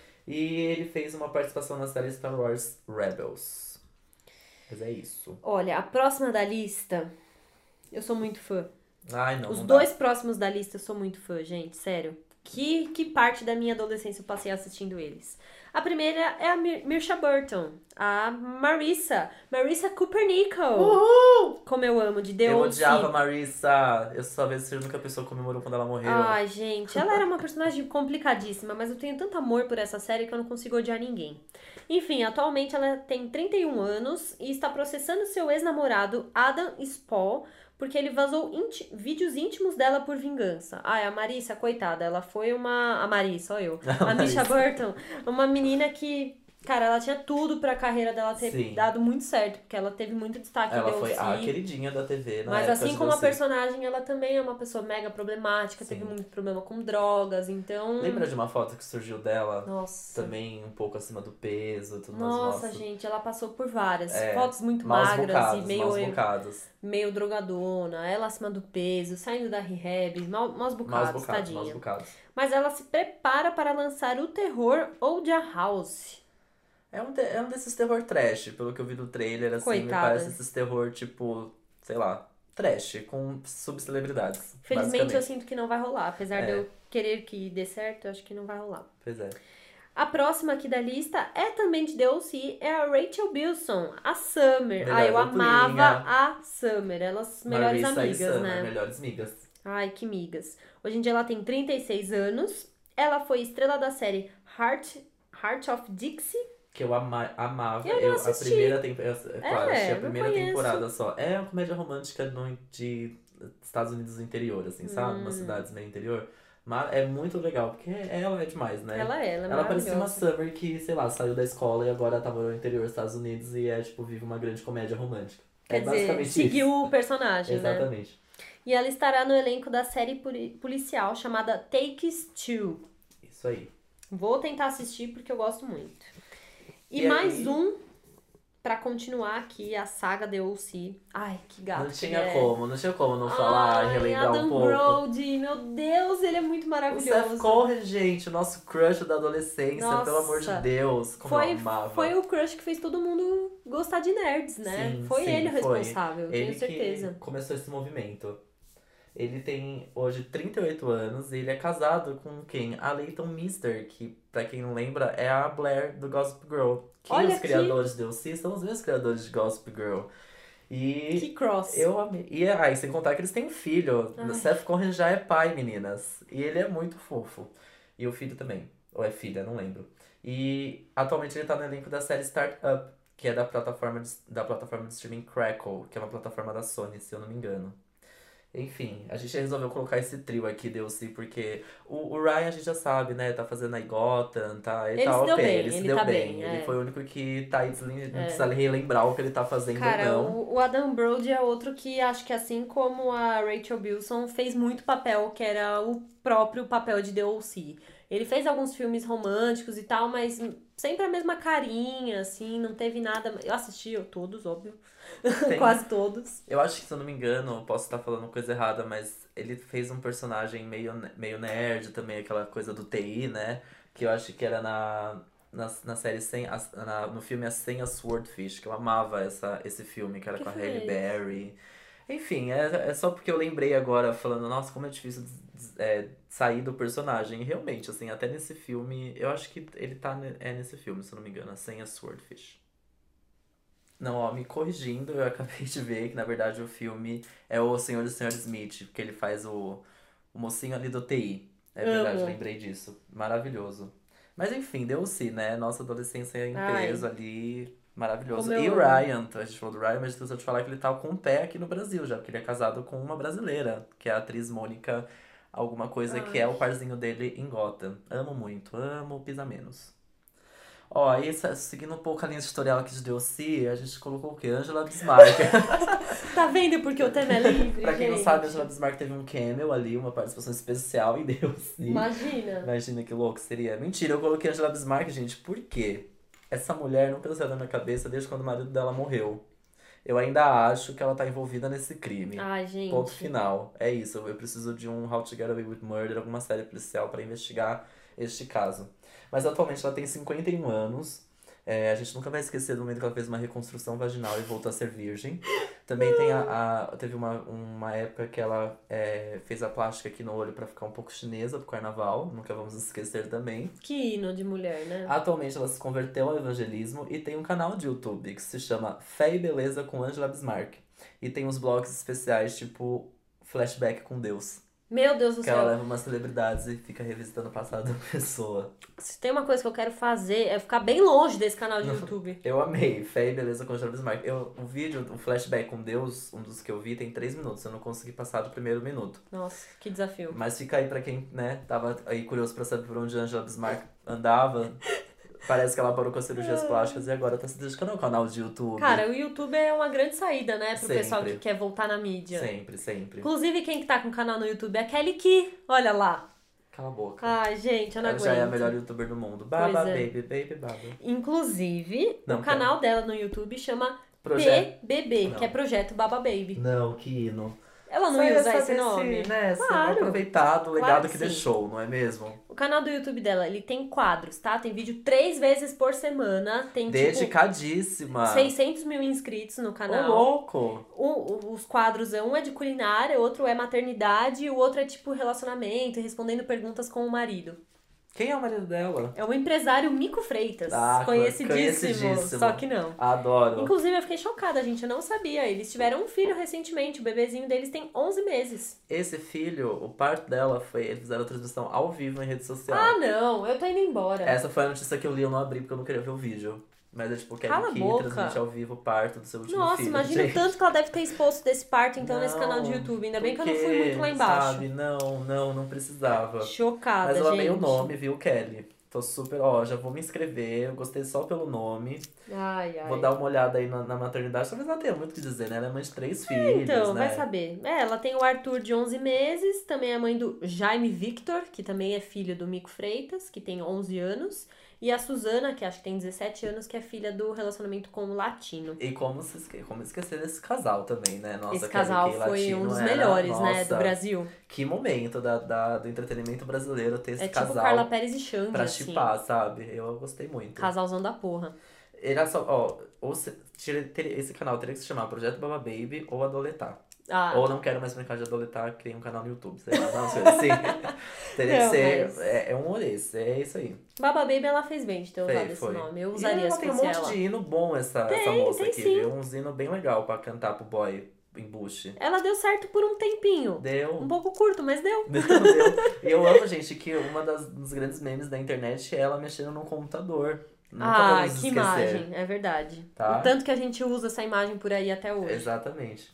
Speaker 1: E ele fez uma participação na série Star Wars Rebels. Mas é isso.
Speaker 2: Olha, a próxima da lista, eu sou muito fã.
Speaker 1: Ai, não,
Speaker 2: Os
Speaker 1: não
Speaker 2: dois
Speaker 1: dá.
Speaker 2: próximos da lista eu sou muito fã, gente, sério. Que, que parte da minha adolescência eu passei assistindo eles? A primeira é a Mir Mirsha Burton, a Marissa, Marissa Cooper-Nickel,
Speaker 1: Uhul!
Speaker 2: como eu amo, de The
Speaker 1: Eu
Speaker 2: O C.
Speaker 1: odiava a Marissa. Eu só vejo se a única pessoa comemorou quando ela morreu.
Speaker 2: Ai, gente, ela era uma personagem complicadíssima, mas eu tenho tanto amor por essa série que eu não consigo odiar ninguém. Enfim, atualmente ela tem trinta e um anos e está processando seu ex-namorado Adam Spall porque ele vazou ínti- vídeos íntimos dela por vingança. Ai, a Marissa, coitada, ela foi uma... A Marissa, ó eu.
Speaker 1: A
Speaker 2: A Misha
Speaker 1: Marissa.
Speaker 2: Burton, uma menina que... Cara, ela tinha tudo pra carreira dela ter
Speaker 1: Sim.
Speaker 2: dado muito certo, porque ela teve muito destaque
Speaker 1: Ela
Speaker 2: em The
Speaker 1: foi
Speaker 2: O C.
Speaker 1: a queridinha da T V na
Speaker 2: Mas
Speaker 1: época
Speaker 2: assim
Speaker 1: de
Speaker 2: como a
Speaker 1: você.
Speaker 2: personagem, ela também é uma pessoa mega problemática,
Speaker 1: Sim.
Speaker 2: teve muito problema com drogas, então...
Speaker 1: Lembra de uma foto que surgiu dela?
Speaker 2: Nossa.
Speaker 1: Também um pouco acima do peso, tudo mais.
Speaker 2: Nossa, gente, ela passou por várias.
Speaker 1: É,
Speaker 2: Fotos muito
Speaker 1: Maus
Speaker 2: magras
Speaker 1: bocados,
Speaker 2: e meio,
Speaker 1: maus bocados.
Speaker 2: meio drogadona, ela acima do peso, saindo da rehab, mal, maus
Speaker 1: Maus
Speaker 2: bocados,
Speaker 1: bocados,
Speaker 2: tadinha.
Speaker 1: maus bocados.
Speaker 2: Mas ela se prepara para lançar o terror Old House.
Speaker 1: É um, te- é um desses terror trash, pelo que eu vi do trailer, assim,
Speaker 2: Coitada.
Speaker 1: me parece esses terror, tipo, sei lá, trash, com subcelebridades.
Speaker 2: Felizmente eu
Speaker 1: basicamente.
Speaker 2: sinto que não vai rolar. Apesar de
Speaker 1: É.
Speaker 2: eu querer que dê certo, eu acho que não vai rolar.
Speaker 1: Pois é.
Speaker 2: A próxima aqui da lista é também de The O C, é a Rachel Bilson, a Summer.
Speaker 1: Melhor
Speaker 2: Ah, eu
Speaker 1: duplinha.
Speaker 2: amava a Summer, elas melhores
Speaker 1: Marissa
Speaker 2: amigas,
Speaker 1: e Summer,
Speaker 2: né?
Speaker 1: melhores amigas.
Speaker 2: Ai, que migas. Hoje em dia ela tem trinta e seis anos. Ela foi estrela da série Heart, Heart of Dixie.
Speaker 1: Que eu ama amava.
Speaker 2: Eu não
Speaker 1: a
Speaker 2: assisti.
Speaker 1: primeira temporada. Claro,
Speaker 2: É,
Speaker 1: assisti a
Speaker 2: não
Speaker 1: primeira
Speaker 2: conheço.
Speaker 1: temporada só. É uma comédia romântica no, de Estados Unidos do interior, assim, sabe?
Speaker 2: Hum.
Speaker 1: Umas cidades meio interior. Mas é muito legal, porque ela é demais, né?
Speaker 2: Ela é, ela é
Speaker 1: Ela parecia uma
Speaker 2: maravilhosa.
Speaker 1: Summer que, sei lá, saiu da escola e agora tá no interior dos Estados Unidos e é, tipo, vive uma grande comédia romântica.
Speaker 2: Quer
Speaker 1: é
Speaker 2: dizer,
Speaker 1: basicamente
Speaker 2: seguiu
Speaker 1: isso.
Speaker 2: o personagem, né?
Speaker 1: Exatamente.
Speaker 2: E ela estará no elenco da série poli- policial chamada Takes Two.
Speaker 1: Isso aí.
Speaker 2: Vou tentar assistir porque eu gosto muito. E,
Speaker 1: E
Speaker 2: mais
Speaker 1: aí-
Speaker 2: um pra continuar aqui a saga The O C. Ai, que gato.
Speaker 1: Não
Speaker 2: que
Speaker 1: tinha
Speaker 2: é.
Speaker 1: como, não tinha como não falar,
Speaker 2: Ai,
Speaker 1: relembrar
Speaker 2: Adam
Speaker 1: um pouco.
Speaker 2: Brody, meu Deus, ele é muito
Speaker 1: O
Speaker 2: maravilhoso.
Speaker 1: Seth Cohen, gente, o nosso crush da adolescência,
Speaker 2: Nossa.
Speaker 1: pelo amor de Deus, como
Speaker 2: Foi,
Speaker 1: eu amava.
Speaker 2: foi o crush que fez todo mundo gostar de nerds, né?
Speaker 1: Sim,
Speaker 2: foi
Speaker 1: sim,
Speaker 2: ele o
Speaker 1: foi.
Speaker 2: responsável, eu
Speaker 1: Ele
Speaker 2: tenho certeza.
Speaker 1: que começou esse movimento. Ele tem hoje trinta e oito anos e ele é casado com quem? A Leighton Meester, que, pra quem não lembra, é a Blair do Gossip Girl. Que
Speaker 2: Olha
Speaker 1: os
Speaker 2: aqui.
Speaker 1: criadores de O C são os mesmos criadores de Gossip Girl. E
Speaker 2: Que cross.
Speaker 1: eu amei. E aí, sem contar que eles têm um filho.
Speaker 2: Ai.
Speaker 1: Seth Cohen já é pai, meninas. E ele é muito fofo. E o filho também. Ou é filha, não lembro. E atualmente ele tá no elenco da série Startup, que é da plataforma de, da plataforma de streaming Crackle, que é uma plataforma da Sony, se eu não me engano. Enfim, a gente resolveu colocar esse trio aqui, D L C, porque o, o Ryan a gente já sabe, né? Tá fazendo aí Gotham, tá? Ele,
Speaker 2: Ele
Speaker 1: tá
Speaker 2: se deu
Speaker 1: ok,
Speaker 2: bem,
Speaker 1: ele se
Speaker 2: ele
Speaker 1: deu
Speaker 2: tá
Speaker 1: bem.
Speaker 2: bem,
Speaker 1: Ele
Speaker 2: é.
Speaker 1: foi o único que tá aí, não precisa relembrar o que ele tá fazendo
Speaker 2: Cara,
Speaker 1: ou não.
Speaker 2: o, o Adam Brody é outro que acho que assim como a Rachel Bilson fez muito papel, que era o próprio papel de The O C. Ele fez alguns filmes românticos e tal, mas sempre a mesma carinha, assim, não teve nada. Eu assisti eu, todos, óbvio.
Speaker 1: Tem-
Speaker 2: Quase todos.
Speaker 1: Eu acho que, se eu não me engano, posso estar falando coisa errada, mas ele fez um personagem meio, meio nerd também, aquela coisa do T I, né? Que eu acho que era na, na, na série sem, as- na, no filme A Senha Swordfish, que eu amava essa, esse filme, que era
Speaker 2: Que
Speaker 1: com a
Speaker 2: filme
Speaker 1: Halle
Speaker 2: é esse?
Speaker 1: Berry. Enfim, é, é só porque eu lembrei agora, falando, nossa, como é difícil des- des- é, sair do personagem. E realmente, assim, até nesse filme, eu acho que ele tá ne- é nesse filme, se eu não me engano, A Senha Swordfish. Não, ó, me corrigindo, eu acabei de ver que na verdade o filme é o Senhor e o Senhor Smith, porque ele faz o, o mocinho ali do T I. É verdade,
Speaker 2: Amo.
Speaker 1: lembrei disso. Maravilhoso. Mas enfim, deu sim, né? Nossa adolescência em
Speaker 2: Ai.
Speaker 1: peso ali, maravilhoso.
Speaker 2: Como eu
Speaker 1: E o
Speaker 2: amo.
Speaker 1: Ryan, a gente falou do Ryan, mas eu te falar que ele tá com o pé aqui no Brasil já, porque ele é casado com uma brasileira, que é a atriz Mônica alguma coisa, que
Speaker 2: Ai.
Speaker 1: é o parzinho dele em Gotham. Amo muito, amo Pisa Menos. Ó, aí sa- seguindo um pouco a linha editorial aqui de D L C, a gente colocou o quê? Angela Bismarck.
Speaker 2: Tá vendo porque o tema é livre,
Speaker 1: Pra quem não
Speaker 2: gente?
Speaker 1: sabe, Angela Bismarck teve um cameo ali, uma participação especial em D L C.
Speaker 2: Imagina.
Speaker 1: Imagina que louco seria. Mentira, eu coloquei Angela Bismarck, gente, por quê? Essa mulher nunca saiu da minha cabeça desde quando o marido dela morreu. Eu ainda acho que ela tá envolvida nesse crime.
Speaker 2: Ai, gente.
Speaker 1: Ponto final. É isso, eu preciso de um How to Get Away with Murder, alguma série policial pra investigar este caso. Mas atualmente ela tem cinquenta e um anos. É, a gente nunca vai esquecer do momento que ela fez uma reconstrução vaginal e voltou a ser virgem. Também tem a, a- teve uma, uma época que ela é, fez a plástica aqui no olho pra ficar um pouco chinesa pro carnaval. Nunca vamos esquecer também.
Speaker 2: Que hino de mulher, né?
Speaker 1: Atualmente ela se converteu ao evangelismo e tem um canal de YouTube que se chama Fé e Beleza com Angela Bismarck. E tem uns blogs especiais tipo Flashback com Deus.
Speaker 2: Meu Deus do
Speaker 1: Que ela
Speaker 2: céu.
Speaker 1: leva umas celebridades e fica revisitando o passado da pessoa.
Speaker 2: Se tem uma coisa que eu quero fazer é ficar bem longe desse canal de YouTube.
Speaker 1: Eu amei. Fé e Beleza com Angela Bismarck. Eu, o vídeo, o Flashback com Deus, um dos que eu vi, tem três minutos. Eu não consegui passar do primeiro minuto.
Speaker 2: Nossa, que desafio.
Speaker 1: Mas fica aí pra quem, né, tava aí curioso pra saber por onde a Angela Bismarck andava. Parece que ela parou com as cirurgias plásticas e agora tá se dedicando ao canal de YouTube.
Speaker 2: Cara, o YouTube é uma grande saída, né? Pro
Speaker 1: Sempre.
Speaker 2: pessoal que quer voltar na mídia.
Speaker 1: Sempre, sempre.
Speaker 2: Inclusive, quem que tá com canal no YouTube é a Kelly Ki. Olha lá.
Speaker 1: Cala a boca.
Speaker 2: Ai, gente, eu não
Speaker 1: Ela
Speaker 2: aguento.
Speaker 1: já é a melhor youtuber do mundo. Baba,
Speaker 2: Pois é.
Speaker 1: baby, baby, baba.
Speaker 2: Inclusive,
Speaker 1: Não,
Speaker 2: o canal dela no YouTube chama
Speaker 1: Projeto.
Speaker 2: P B B,
Speaker 1: Não.
Speaker 2: que é Projeto Baba Baby.
Speaker 1: Não, que hino.
Speaker 2: Ela não
Speaker 1: Só
Speaker 2: ia
Speaker 1: ia
Speaker 2: usar esse
Speaker 1: saber
Speaker 2: nome?
Speaker 1: Se, né, se
Speaker 2: Claro.
Speaker 1: aproveitar do legado
Speaker 2: Claro
Speaker 1: que
Speaker 2: que sim.
Speaker 1: deixou, não é mesmo?
Speaker 2: O canal do YouTube dela, ele tem quadros, tá? Tem vídeo três vezes por semana. Tem, tipo,
Speaker 1: Dedicadíssima.
Speaker 2: seiscentos mil inscritos no
Speaker 1: Ô,
Speaker 2: canal.
Speaker 1: louco.
Speaker 2: O- o- os quadros, um é de culinária, outro é maternidade e o outro é tipo relacionamento, respondendo perguntas com o marido.
Speaker 1: Quem é o marido dela?
Speaker 2: É o empresário Mico Freitas,
Speaker 1: Ah,
Speaker 2: conhecidíssimo,
Speaker 1: conhecidíssimo.
Speaker 2: só que não.
Speaker 1: Adoro.
Speaker 2: Inclusive, eu fiquei chocada, gente, eu não sabia. Eles tiveram um filho recentemente, o bebezinho deles tem onze meses.
Speaker 1: Esse filho, o parto dela foi... Eles fizeram a transmissão ao vivo em rede social.
Speaker 2: Ah, não, eu tô indo embora.
Speaker 1: Essa foi a notícia que eu li, eu não abri porque eu não queria ver o vídeo. Mas é tipo,
Speaker 2: Cala
Speaker 1: Kelly
Speaker 2: a
Speaker 1: Key
Speaker 2: boca.
Speaker 1: transmite ao vivo o parto do seu último
Speaker 2: Nossa,
Speaker 1: filho.
Speaker 2: imagina o
Speaker 1: Gente,
Speaker 2: tanto que ela deve ter exposto desse parto, então, nesse
Speaker 1: não,
Speaker 2: canal de YouTube. Ainda bem que eu não fui
Speaker 1: porque,
Speaker 2: muito lá embaixo.
Speaker 1: Sabe, não, não, não precisava.
Speaker 2: Chocada,
Speaker 1: Mas eu
Speaker 2: gente.
Speaker 1: amei o nome, viu, Kelly? Tô super, ó, já vou me inscrever, eu gostei só pelo nome.
Speaker 2: Ai, ai.
Speaker 1: Vou dar uma olhada aí na, na maternidade, talvez ela tenha muito o que dizer, né? Ela é mãe de três filhos,
Speaker 2: Então,
Speaker 1: né?
Speaker 2: vai saber. É, ela tem o Arthur de onze meses, também é mãe do Jaime Victor, que também é filho do Mico Freitas, que tem onze anos. E a Suzana, que acho que tem dezessete anos, que é filha do relacionamento com o Latino.
Speaker 1: E como, se esque... como esquecer desse casal também, né? Nossa,
Speaker 2: Esse
Speaker 1: Kelly
Speaker 2: casal
Speaker 1: Kay
Speaker 2: foi
Speaker 1: Latino
Speaker 2: um dos
Speaker 1: era-
Speaker 2: melhores, né, do
Speaker 1: nossa,
Speaker 2: Brasil.
Speaker 1: Que momento da, da- do entretenimento brasileiro ter esse
Speaker 2: É tipo
Speaker 1: casal
Speaker 2: Carla Pérez e Xande,
Speaker 1: pra
Speaker 2: assim.
Speaker 1: chipar, sabe? Eu gostei muito.
Speaker 2: Casalzão da porra.
Speaker 1: Era só, ó, ou se, tira- teria- esse canal teria que se chamar Projeto Baba Baby ou Adoletar.
Speaker 2: Ah,
Speaker 1: Ou não quero mais brincar de adoletar, criei um canal no YouTube, sei lá, não sei assim. Teria
Speaker 2: Não,
Speaker 1: que ser,
Speaker 2: mas-
Speaker 1: é, é um olês, é isso aí.
Speaker 2: Baba Baby, ela fez bem de ter
Speaker 1: Foi,
Speaker 2: usado esse
Speaker 1: foi.
Speaker 2: nome. Eu
Speaker 1: E
Speaker 2: usaria
Speaker 1: ela
Speaker 2: se
Speaker 1: tem um
Speaker 2: fosse
Speaker 1: monte
Speaker 2: ela.
Speaker 1: de hino bom, essa, essa
Speaker 2: Tem,
Speaker 1: moça
Speaker 2: tem
Speaker 1: aqui,
Speaker 2: sim.
Speaker 1: viu? Um hino bem legal pra cantar pro boy embuste.
Speaker 2: Ela deu certo por um tempinho.
Speaker 1: Deu.
Speaker 2: Um pouco curto, mas deu.
Speaker 1: Deu, deu. Eu amo, gente, que uma das, dos grandes memes da internet é ela mexendo num computador. Nunca
Speaker 2: Ah,
Speaker 1: vamos
Speaker 2: que
Speaker 1: esquecer.
Speaker 2: imagem. É verdade.
Speaker 1: Tá?
Speaker 2: O tanto que a gente usa essa imagem por aí até hoje.
Speaker 1: Exatamente.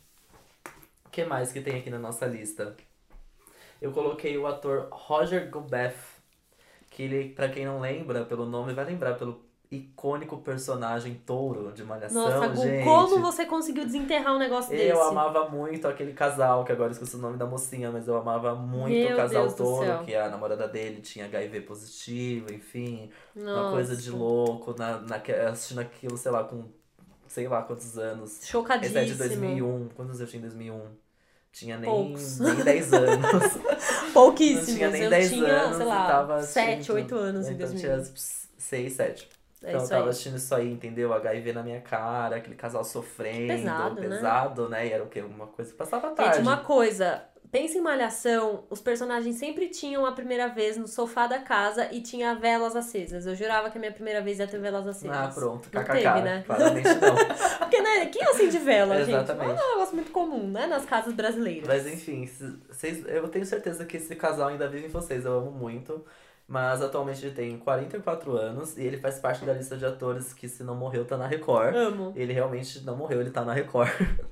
Speaker 1: O que mais que tem aqui na nossa lista? Eu coloquei o ator Roger Gubeth, que ele, pra quem não lembra pelo nome, vai lembrar pelo icônico personagem Touro de Malhação,
Speaker 2: Nossa, Gu,
Speaker 1: gente.
Speaker 2: como você conseguiu desenterrar um negócio desse?
Speaker 1: Eu amava muito aquele casal, que agora eu esqueci o nome da mocinha, mas eu amava muito
Speaker 2: Meu
Speaker 1: o casal
Speaker 2: Deus do
Speaker 1: Touro,
Speaker 2: céu.
Speaker 1: que a namorada dele tinha H I V positivo, enfim, uma
Speaker 2: Nossa.
Speaker 1: coisa de louco, na, na, assistindo aquilo, sei lá, com sei lá quantos anos. Esse
Speaker 2: Chocadíssimo.
Speaker 1: é de dois mil e um. Quantos eu tinha em dois mil e um? Tinha nem,
Speaker 2: Poucos.
Speaker 1: nem dez anos.
Speaker 2: Pouquíssimos.
Speaker 1: Não tinha nem
Speaker 2: eu
Speaker 1: dez
Speaker 2: tinha,
Speaker 1: anos
Speaker 2: sei
Speaker 1: e
Speaker 2: lá,
Speaker 1: tava
Speaker 2: sete,
Speaker 1: assistindo.
Speaker 2: oito anos em
Speaker 1: Então
Speaker 2: dois mil.
Speaker 1: tinha seis, sete.
Speaker 2: É
Speaker 1: Então eu
Speaker 2: isso
Speaker 1: tava
Speaker 2: aí.
Speaker 1: assistindo isso aí, entendeu? H I V na minha cara, aquele casal sofrendo,
Speaker 2: Pesado, né?
Speaker 1: pesado, né? E era o quê? Uma coisa que passava à
Speaker 2: Gente,
Speaker 1: tarde.
Speaker 2: uma coisa. Pensa em Malhação, os personagens sempre tinham a primeira vez no sofá da casa e tinha velas acesas. Eu jurava que a minha primeira vez ia ter velas acesas.
Speaker 1: Ah, pronto,
Speaker 2: Não
Speaker 1: kkk.
Speaker 2: teve, né?
Speaker 1: Claramente não.
Speaker 2: Porque, né, quem acende vela, gente?
Speaker 1: Exatamente.
Speaker 2: É um negócio muito comum, né, nas casas brasileiras.
Speaker 1: Mas enfim, se- vocês, eu tenho certeza que esse casal ainda vive em vocês, eu amo muito. Mas atualmente ele tem quarenta e quatro anos e ele faz parte da lista de atores que, se não morreu, tá na Record.
Speaker 2: Amo.
Speaker 1: Ele realmente não morreu, ele tá na Record.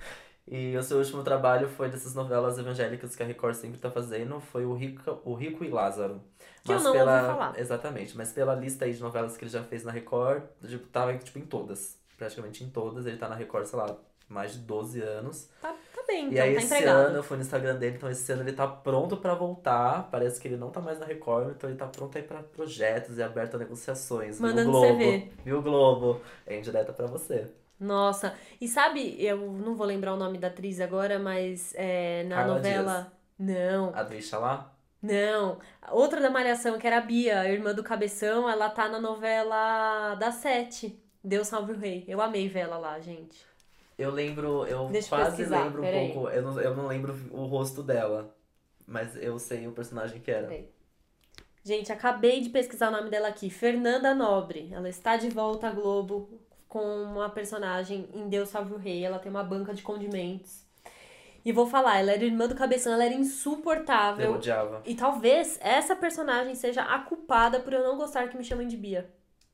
Speaker 1: E o seu último trabalho foi dessas novelas evangélicas que a Record sempre tá fazendo, foi o Rico, o Rico e Lázaro.
Speaker 2: Que eu
Speaker 1: Mas
Speaker 2: não
Speaker 1: pela...
Speaker 2: ouvi falar.
Speaker 1: Exatamente, mas pela lista aí de novelas que ele já fez na Record, tipo, tava tipo, em todas. Praticamente em todas, ele tá na Record, sei lá, mais de doze anos.
Speaker 2: Tá, tá bem,
Speaker 1: E
Speaker 2: então,
Speaker 1: aí
Speaker 2: tá
Speaker 1: esse
Speaker 2: empregado.
Speaker 1: ano eu fui no Instagram dele, então esse ano ele tá pronto pra voltar. Parece que ele não tá mais na Record, então ele tá pronto aí pra projetos e aberto a negociações.
Speaker 2: Mandando
Speaker 1: Viu, Globo?
Speaker 2: C V.
Speaker 1: Viu, Globo? É indireta pra você.
Speaker 2: Nossa, e sabe, eu não vou lembrar o nome da atriz agora, mas é, na
Speaker 1: Carla
Speaker 2: novela... Não,
Speaker 1: A deixa lá?
Speaker 2: não. Outra da Malhação, que era a Bia, a irmã do Cabeção, ela tá na novela da Sete, Deus Salve o Rei. Eu amei ver ela lá, gente.
Speaker 1: Eu lembro, eu
Speaker 2: Deixa eu
Speaker 1: quase
Speaker 2: pesquisar,
Speaker 1: lembro um
Speaker 2: peraí.
Speaker 1: pouco, eu não, eu não lembro o rosto dela, mas eu sei o personagem que era.
Speaker 2: Peraí. Gente, acabei de pesquisar o nome dela aqui. Fernanda Nobre. Ela está de volta à Globo com uma personagem em Deus Salve o Rei. Ela tem uma banca de condimentos. E vou falar, ela era irmã do Cabeção, ela era
Speaker 1: Eu
Speaker 2: insuportável.
Speaker 1: odiava.
Speaker 2: E talvez essa personagem seja a culpada por eu não gostar que me chamem de Bia.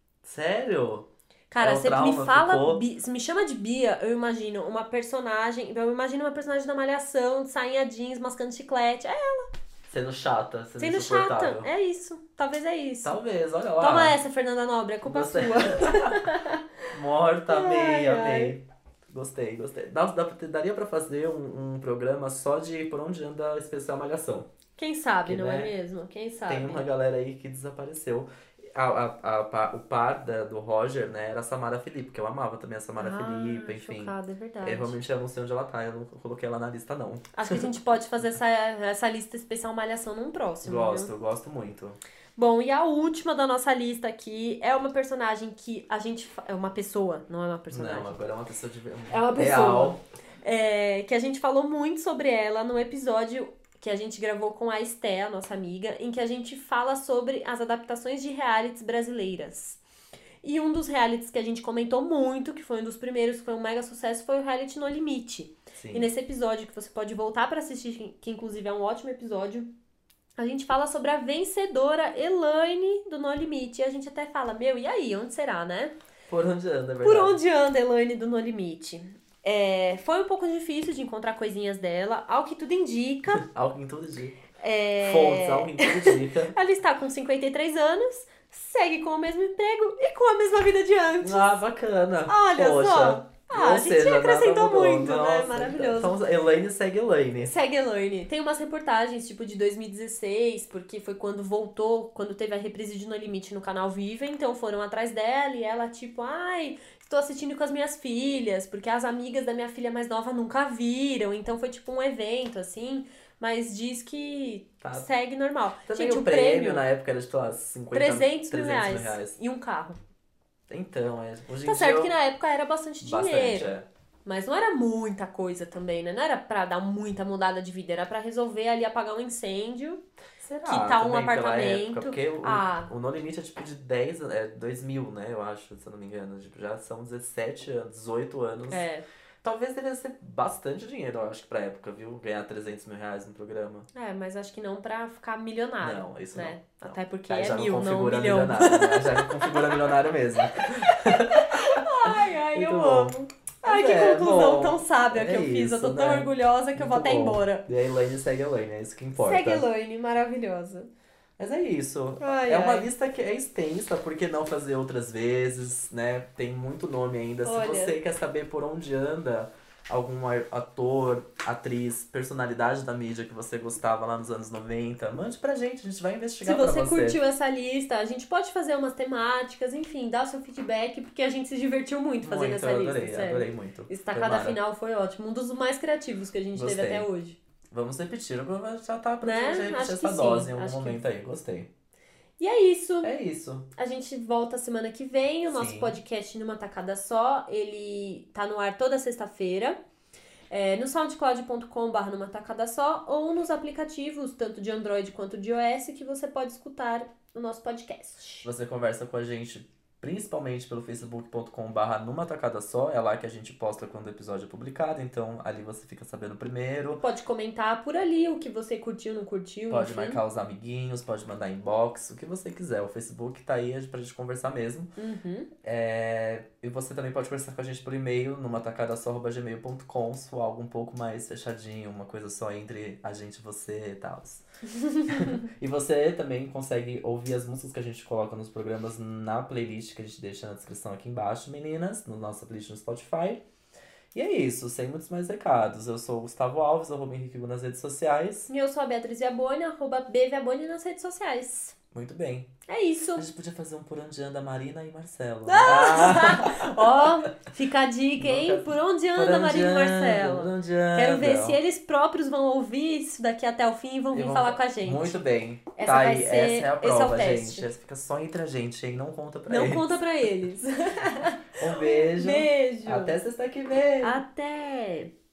Speaker 1: Sério?
Speaker 2: Cara,
Speaker 1: É, o
Speaker 2: você me
Speaker 1: trauma
Speaker 2: fala,
Speaker 1: ficou.
Speaker 2: Bi- se me chama de Bia, eu imagino uma personagem, eu imagino uma personagem da Malhação, de sainha jeans, mascando chiclete. É,
Speaker 1: Sendo chata, sendo,
Speaker 2: sendo
Speaker 1: insuportável.
Speaker 2: chata. É isso. Talvez é isso.
Speaker 1: Talvez, olha lá.
Speaker 2: Toma essa, Fernanda Nobre, é culpa
Speaker 1: Você-
Speaker 2: sua.
Speaker 1: Morta, amei,
Speaker 2: Ai, ai.
Speaker 1: amei. Gostei, gostei. Dá, dá, daria pra fazer um, um programa só de Por Onde Anda a Especial Malhação.
Speaker 2: Quem sabe,
Speaker 1: Que,
Speaker 2: não
Speaker 1: né,
Speaker 2: é mesmo? Quem sabe?
Speaker 1: Tem uma galera aí que desapareceu. A, a, a, pa- o par da, do Roger, né, era a Samara Felipe, que eu amava também a Samara
Speaker 2: ah,
Speaker 1: Felipe, enfim.
Speaker 2: chocada, é verdade.
Speaker 1: Eu realmente eu não sei onde ela tá, eu não coloquei ela na lista, não.
Speaker 2: Acho que a gente pode fazer essa, essa lista especial Malhação num próximo,
Speaker 1: Gosto,
Speaker 2: viu?
Speaker 1: eu gosto muito.
Speaker 2: Bom, e a última da nossa lista aqui é uma personagem que a gente... fa- É uma pessoa, não é uma personagem.
Speaker 1: Não, agora é uma pessoa de
Speaker 2: É uma pessoa.
Speaker 1: real.
Speaker 2: É, que a gente falou muito sobre ela no episódio que a gente gravou com a Esté, a nossa amiga, em que a gente fala sobre as adaptações de realities brasileiras. E um dos realities que a gente comentou muito, que foi um dos primeiros, que foi um mega sucesso, foi o reality No Limite.
Speaker 1: Sim.
Speaker 2: E nesse episódio, que você pode voltar pra assistir, que- que inclusive é um ótimo episódio, a gente fala sobre a vencedora Elaine do No Limite. E a gente até fala, meu, e aí, onde será, né?
Speaker 1: Por onde anda, é verdade.
Speaker 2: Por onde anda a Elaine do No Limite? É, foi um pouco difícil de encontrar coisinhas dela, ao que tudo indica.
Speaker 1: Algo em todo dia.
Speaker 2: É,
Speaker 1: Fontes, algo em todo dia.
Speaker 2: ela está com cinquenta e três anos, segue com o mesmo emprego e com a mesma vida de antes.
Speaker 1: Ah, bacana.
Speaker 2: Olha
Speaker 1: Poxa.
Speaker 2: só, Ah,
Speaker 1: Ou
Speaker 2: a gente
Speaker 1: seja, nada
Speaker 2: acrescentou
Speaker 1: mudou.
Speaker 2: muito, né?
Speaker 1: Nossa,
Speaker 2: Maravilhoso.
Speaker 1: Então, Elaine segue Elaine.
Speaker 2: Segue Elaine. Tem umas reportagens, tipo, de dois mil e dezesseis, porque foi quando voltou, quando teve a reprise de No Limite no canal Viva, então foram atrás dela e ela, tipo, ai, estou assistindo com as minhas filhas, porque as amigas da minha filha mais nova nunca viram, então foi tipo um evento, assim, mas diz que
Speaker 1: Tá.
Speaker 2: segue normal.
Speaker 1: Também
Speaker 2: Gente,
Speaker 1: o
Speaker 2: o
Speaker 1: prêmio,
Speaker 2: prêmio,
Speaker 1: na época era, tipo, lá, cinquenta
Speaker 2: trezentos mil
Speaker 1: trezentos
Speaker 2: reais,
Speaker 1: mil reais.
Speaker 2: e um carro.
Speaker 1: Então, é. Hoje
Speaker 2: Tá
Speaker 1: em
Speaker 2: certo
Speaker 1: dia,
Speaker 2: que na época era bastante
Speaker 1: bastante,
Speaker 2: dinheiro.
Speaker 1: é.
Speaker 2: Mas não era muita coisa também, né? Não era pra dar muita mudada de vida, era pra resolver ali apagar um incêndio.
Speaker 1: Será?
Speaker 2: Quitar um
Speaker 1: Também pela
Speaker 2: apartamento.
Speaker 1: época, porque o,
Speaker 2: Ah.
Speaker 1: o No Limite é tipo de dez, é dois mil, né? Eu acho, se eu não me engano. Tipo, já são dezessete anos, dezoito anos.
Speaker 2: É,
Speaker 1: Talvez devia ser bastante dinheiro, eu acho que pra época, viu? Ganhar trezentos mil reais no programa.
Speaker 2: é, mas acho que não pra ficar milionário.
Speaker 1: Não, isso
Speaker 2: né?
Speaker 1: não, não.
Speaker 2: Até porque
Speaker 1: Aí
Speaker 2: é
Speaker 1: já
Speaker 2: mil,
Speaker 1: não
Speaker 2: não um
Speaker 1: configura
Speaker 2: milhão.
Speaker 1: milionário, né? Já não configura milionário mesmo.
Speaker 2: Ai, ai,
Speaker 1: Muito
Speaker 2: eu
Speaker 1: bom.
Speaker 2: amo. Ai,
Speaker 1: Mas
Speaker 2: que
Speaker 1: é,
Speaker 2: conclusão
Speaker 1: bom,
Speaker 2: tão sábia que
Speaker 1: é
Speaker 2: eu fiz. Eu tô
Speaker 1: isso,
Speaker 2: tão
Speaker 1: né?
Speaker 2: orgulhosa que eu vou
Speaker 1: Muito
Speaker 2: até
Speaker 1: bom.
Speaker 2: embora.
Speaker 1: E a Elaine segue a Elaine, é isso que importa.
Speaker 2: Segue Elaine, maravilhosa.
Speaker 1: Mas é isso.
Speaker 2: Ai,
Speaker 1: é uma
Speaker 2: ai.
Speaker 1: lista que é extensa, por que não fazer outras vezes, né? Tem muito nome ainda.
Speaker 2: Olha.
Speaker 1: Se você quer saber por onde anda algum ar- ator, atriz, personalidade da mídia que você gostava lá nos anos noventa, mande pra gente, a gente vai
Speaker 2: Se
Speaker 1: investigar
Speaker 2: você
Speaker 1: pra você.
Speaker 2: curtiu essa lista, a gente pode fazer umas temáticas, enfim, dá o seu feedback, porque a gente se divertiu muito fazendo
Speaker 1: Muito,
Speaker 2: essa
Speaker 1: eu
Speaker 2: lista,
Speaker 1: adorei,
Speaker 2: sério.
Speaker 1: adorei muito.
Speaker 2: Estacada
Speaker 1: Foi mara.
Speaker 2: final foi ótimo, um dos mais criativos que a gente teve
Speaker 1: Gostei.
Speaker 2: até hoje.
Speaker 1: Vamos repetir, eu vou já tá pra
Speaker 2: Né?
Speaker 1: gente repetir
Speaker 2: Acho
Speaker 1: essa
Speaker 2: que
Speaker 1: dose
Speaker 2: sim,
Speaker 1: em algum
Speaker 2: acho que-
Speaker 1: momento aí, gostei.
Speaker 2: E é isso.
Speaker 1: É isso.
Speaker 2: A gente volta semana que vem. O nosso
Speaker 1: Sim.
Speaker 2: podcast Numa Tacada Só, ele tá no ar toda sexta-feira. É, no soundcloud ponto com barra numa tacada só ou nos aplicativos, tanto de Android quanto de iOS, que você pode escutar o nosso podcast.
Speaker 1: Você conversa com a gente principalmente pelo facebook ponto com barra numa tacada só, é lá que a gente posta quando o episódio é publicado, então ali você fica sabendo primeiro.
Speaker 2: Pode comentar por ali o que você curtiu, não curtiu,
Speaker 1: Pode
Speaker 2: enfim.
Speaker 1: marcar os amiguinhos, pode mandar inbox, o que você quiser. O Facebook tá aí pra gente conversar mesmo.
Speaker 2: Uhum.
Speaker 1: É, E você também pode conversar com a gente por e-mail, numa tacada só arroba gmail ponto com, se for algo um pouco mais fechadinho, uma coisa só entre a gente e você e tal. E você também consegue ouvir as músicas que a gente coloca nos programas na playlist que a gente deixa na descrição aqui embaixo, meninas, no nossa playlist no Spotify. E é isso, sem muitos mais recados. Eu sou o Gustavo Alves, arroba Henrique Gu nas redes sociais.
Speaker 2: E eu sou a Beatriz Viaboni, arroba B Viaboni nas redes sociais.
Speaker 1: Muito bem.
Speaker 2: É isso.
Speaker 1: A gente podia fazer um Por Onde Anda Marina e Marcelo.
Speaker 2: Ó, fica a dica, hein?
Speaker 1: Nunca-
Speaker 2: Por onde
Speaker 1: Por
Speaker 2: anda
Speaker 1: onde
Speaker 2: Marina e
Speaker 1: anda,
Speaker 2: Marcelo?
Speaker 1: Por onde anda.
Speaker 2: Quero ver se eles próprios vão ouvir isso daqui até o fim e vão
Speaker 1: E
Speaker 2: vir
Speaker 1: vamos-
Speaker 2: falar com a gente.
Speaker 1: Muito bem.
Speaker 2: Essa
Speaker 1: tá
Speaker 2: vai
Speaker 1: aí,
Speaker 2: ser-
Speaker 1: essa é a
Speaker 2: esse é o
Speaker 1: prova,
Speaker 2: teste.
Speaker 1: gente. Essa fica só entre a gente, hein? Não conta pra
Speaker 2: Não
Speaker 1: eles.
Speaker 2: conta pra eles.
Speaker 1: Um beijo.
Speaker 2: Beijo.
Speaker 1: Até sexta que vem.
Speaker 2: Até.